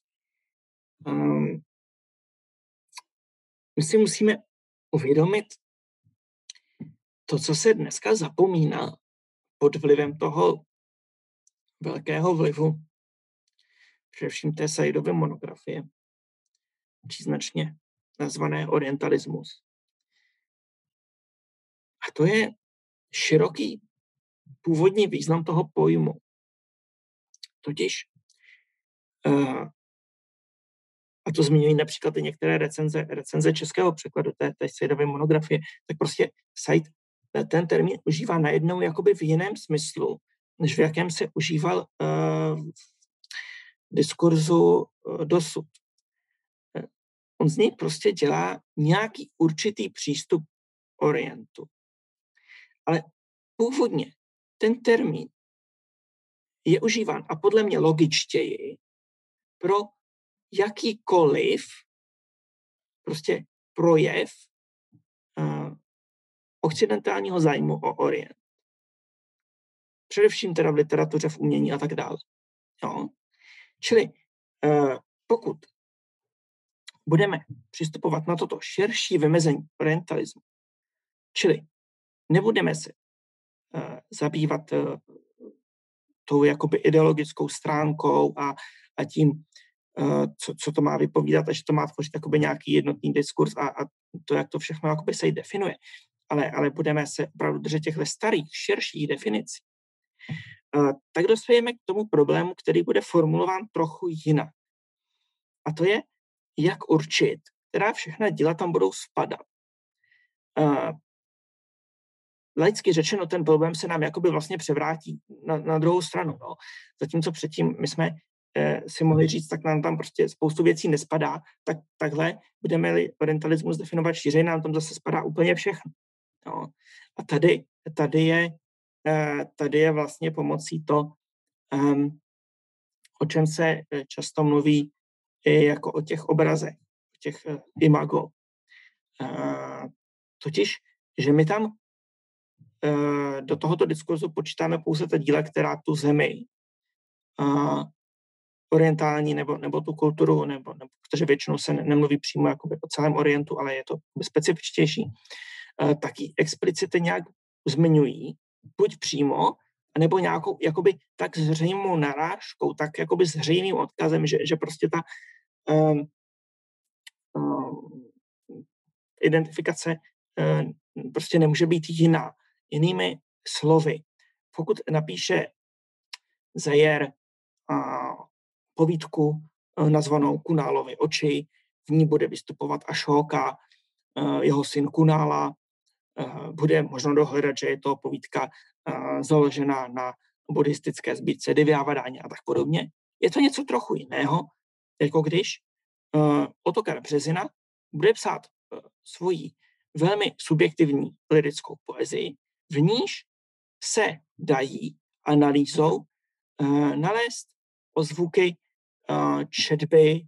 my si musíme uvědomit to, co se dneska zapomíná pod vlivem toho velkého vlivu, především té Saidovy monografie, příznačně nazvané orientalismus. A to je široký původní význam toho pojmu. Totiž, a to zmiňují například i některé recenze českého překladu té Saidovy monografie, tak prostě Said ten termín užívá najednou jakoby v jiném smyslu, než v jakém se užíval v diskurzu dosud. On z něj prostě dělá nějaký určitý přístup orientu. Ale původně ten termín je užíván a podle mě logičtěji pro jakýkoliv prostě projev occidentálního zájmu o orient. Především teda v literatuře, v umění a tak dále. Jo? Čili pokud budeme přistupovat na toto širší vymezení orientalismu, čili nebudeme se zabývat tou jakoby ideologickou stránkou a tím, co to má vypovídat a že to má tvořit jakoby nějaký jednotný diskurs a to, jak to všechno jakoby se definuje. Ale budeme se opravdu držet těchto starých, širších definicí, tak dospějeme k tomu problému, který bude formulován trochu jinak. A to je, jak určit, která všechna díla tam budou spadat. Laicky řečeno, ten problém se nám jakoby vlastně převrátí na druhou stranu. No. Zatímco předtím my jsme si mohli říct, tak nám tam prostě spoustu věcí nespadá, tak takhle budeme-li orientalismus definovat šířeji, nám tam zase spadá úplně všechno. No. A tady je vlastně pomocí to, o čem se často mluví jako o těch obrazech, o těch imago. Totiž, že my tam do tohoto diskurzu počítáme pouze ta díla, která tu zemi orientální nebo tu kulturu, nebo protože většinou se nemluví přímo jakoby o celém orientu, ale je to specifičtější, taky explicitně nějak zmiňují, buď přímo, nebo nějakou jakoby tak zřejmou narážkou, tak jakoby zřejmým odkazem, že prostě ta identifikace prostě nemůže být jiná. Jinými slovy, pokud napíše Zajer povídku nazvanou Kunálovy oči, v ní bude vystupovat Ašóka, jeho syn Kunála, bude možno dohledat, že je to povídka založená na buddhistické sbírce Divyavadáni a tak podobně. Je to něco trochu jiného, jako když Ottokar Březina bude psát svoji velmi subjektivní lirickou poezii, v níž se dají analýzou nalézt ozvuky četby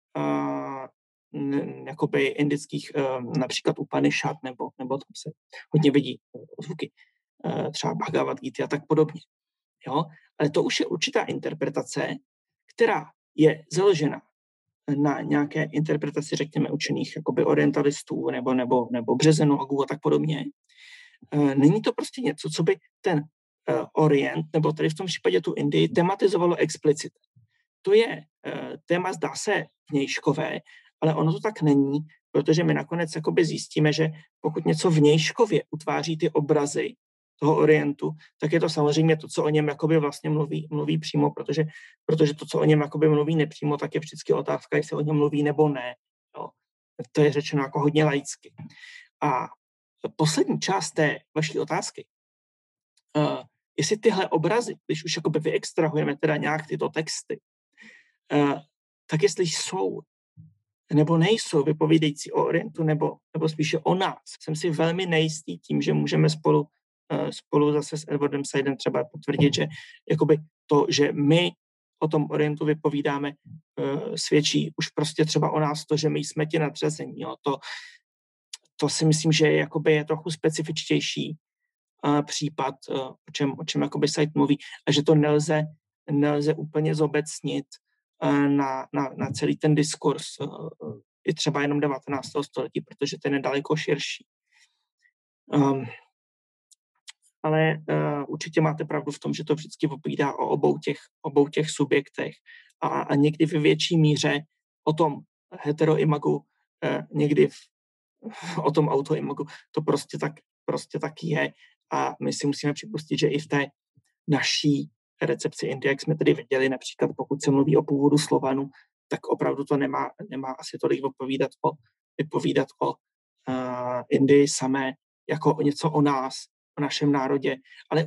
jakoby indických, například Upanishad, nebo tam se hodně vidí ozvuky třeba Bhagavad Gita a tak podobně. Jo? Ale to už je určitá interpretace, která je založena na nějaké interpretaci, řekněme, učených jakoby orientalistů nebo březenologů a tak podobně. Není to prostě něco, co by ten Orient, nebo tady v tom případě tu Indii, tematizovalo explicitně. To je téma, zdá se, vnějškové, ale ono to tak není, protože my nakonec jakoby zjistíme, že pokud něco vnějškově utváří ty obrazy toho Orientu, tak je to samozřejmě to, co o něm jakoby vlastně mluví přímo, protože to, co o něm jakoby mluví nepřímo, tak je vždycky otázka, jestli o něm mluví nebo ne. Jo. To je řečeno jako hodně laicky. A poslední část té vaší otázky, jestli tyhle obrazy, když už jakoby vyextrahujeme teda nějak tyto texty, tak jestli jsou nebo nejsou vypovídající o Orientu nebo spíše o nás, jsem si velmi nejistý tím, že můžeme spolu zase s Edwardem Saidem třeba potvrdit, že jakoby to, že my o tom Orientu vypovídáme, svědčí už prostě třeba o nás to, že my jsme ti nadřazení. Jo. To si myslím, že je trochu specifičtější případ, o čem jakoby Said mluví, a že to nelze úplně zobecnit na celý ten diskurs i třeba jenom 19. století, protože ten je daleko širší. Ale určitě máte pravdu v tom, že to vždycky povídá o obou těch subjektech a někdy ve větší míře o tom heteroimagu, někdy o tom autoimagu. To prostě tak je a my si musíme připustit, že i v té naší recepci Indie, jak jsme tedy viděli, například pokud se mluví o původu Slovanů, tak opravdu to nemá asi tolik vypovídat o Indii samé, jako o něco o nás, o našem národě, ale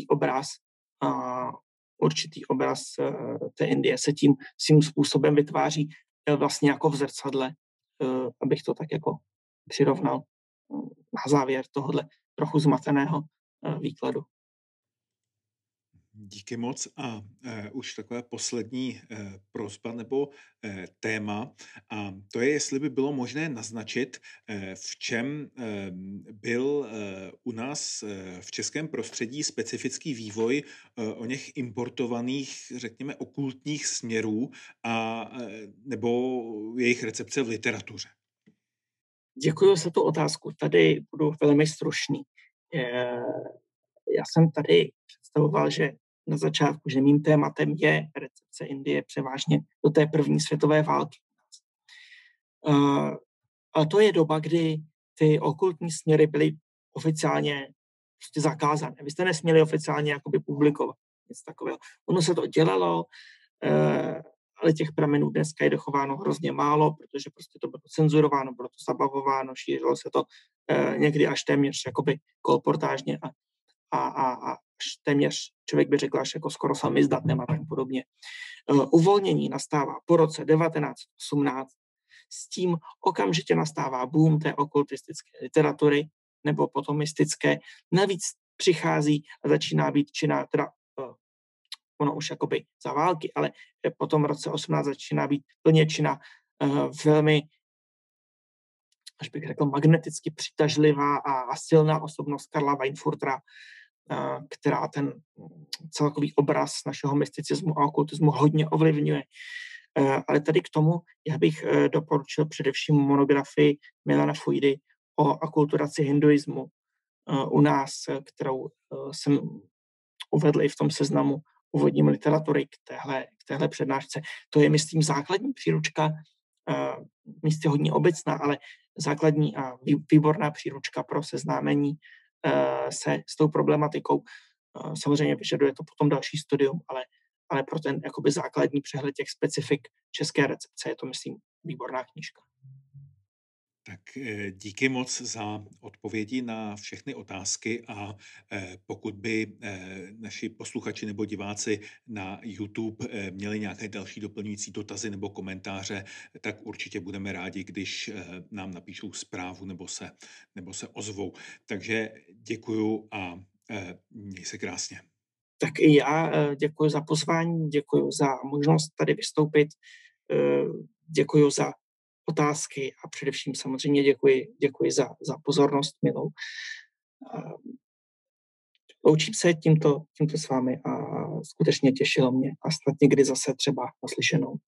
určitý obraz té Indie se tím svým způsobem vytváří vlastně jako v zrcadle, abych to tak jako přirovnal na závěr tohohle trochu zmateného výkladu. Díky moc a už takové poslední prosba nebo téma, a to je, jestli by bylo možné naznačit, v čem byl u nás v českém prostředí specifický vývoj o něch importovaných, řekněme, okultních směrů a nebo jejich recepce v literatuře. Děkuji za tu otázku. Tady budu velmi stručný. Já jsem tady představoval, že na začátku, že mým tématem je recepce Indie převážně do té první světové války. A to je doba, kdy ty okultní směry byly oficiálně prostě zakázané. Vy jste nesměli oficiálně jakoby publikovat něco takového. Ono se to dělalo, ale těch pramenů dneska je dochováno hrozně málo, protože prostě to bylo cenzurováno, bylo to zabavováno, šířilo se to někdy až téměř jakoby kolportážně a až téměř, člověk by řekl, až jako skoro samizdatnem a tak podobně. Uvolnění nastává po roce 1918, s tím okamžitě nastává boom té okultistické literatury nebo potomistické. Navíc přichází a začíná být činná, teda ono už jakoby za války, ale po tom roce 18 začíná být plně činná velmi, až bych řekl, magneticky přitažlivá a silná osobnost Karla Weinfurtera, která ten celkový obraz našeho mysticismu a okultismu hodně ovlivňuje. Ale tady k tomu já bych doporučil především monografii Milana Fuidy o akulturaci hinduismu u nás, kterou jsem uvedl i v tom seznamu úvodním literatury k téhle přednášce. To je, myslím, základní příručka, místě hodně obecná, ale základní a výborná příručka pro seznámení se s tou problematikou. Samozřejmě vyžaduje to potom další studium, ale pro ten jakoby základní přehled těch specifik české recepce je to, myslím, výborná knížka. Tak díky moc za odpovědi na všechny otázky a pokud by naši posluchači nebo diváci na YouTube měli nějaké další doplňující dotazy nebo komentáře, tak určitě budeme rádi, když nám napíšou zprávu nebo se ozvou. Takže děkuju a měj se krásně. Tak i já děkuji za pozvání, děkuji za možnost tady vystoupit, děkuji za otázky a především samozřejmě děkuji za pozornost milou. Loučím se tímto s vámi a skutečně těšilo mě a snad někdy zase třeba naslyšenou.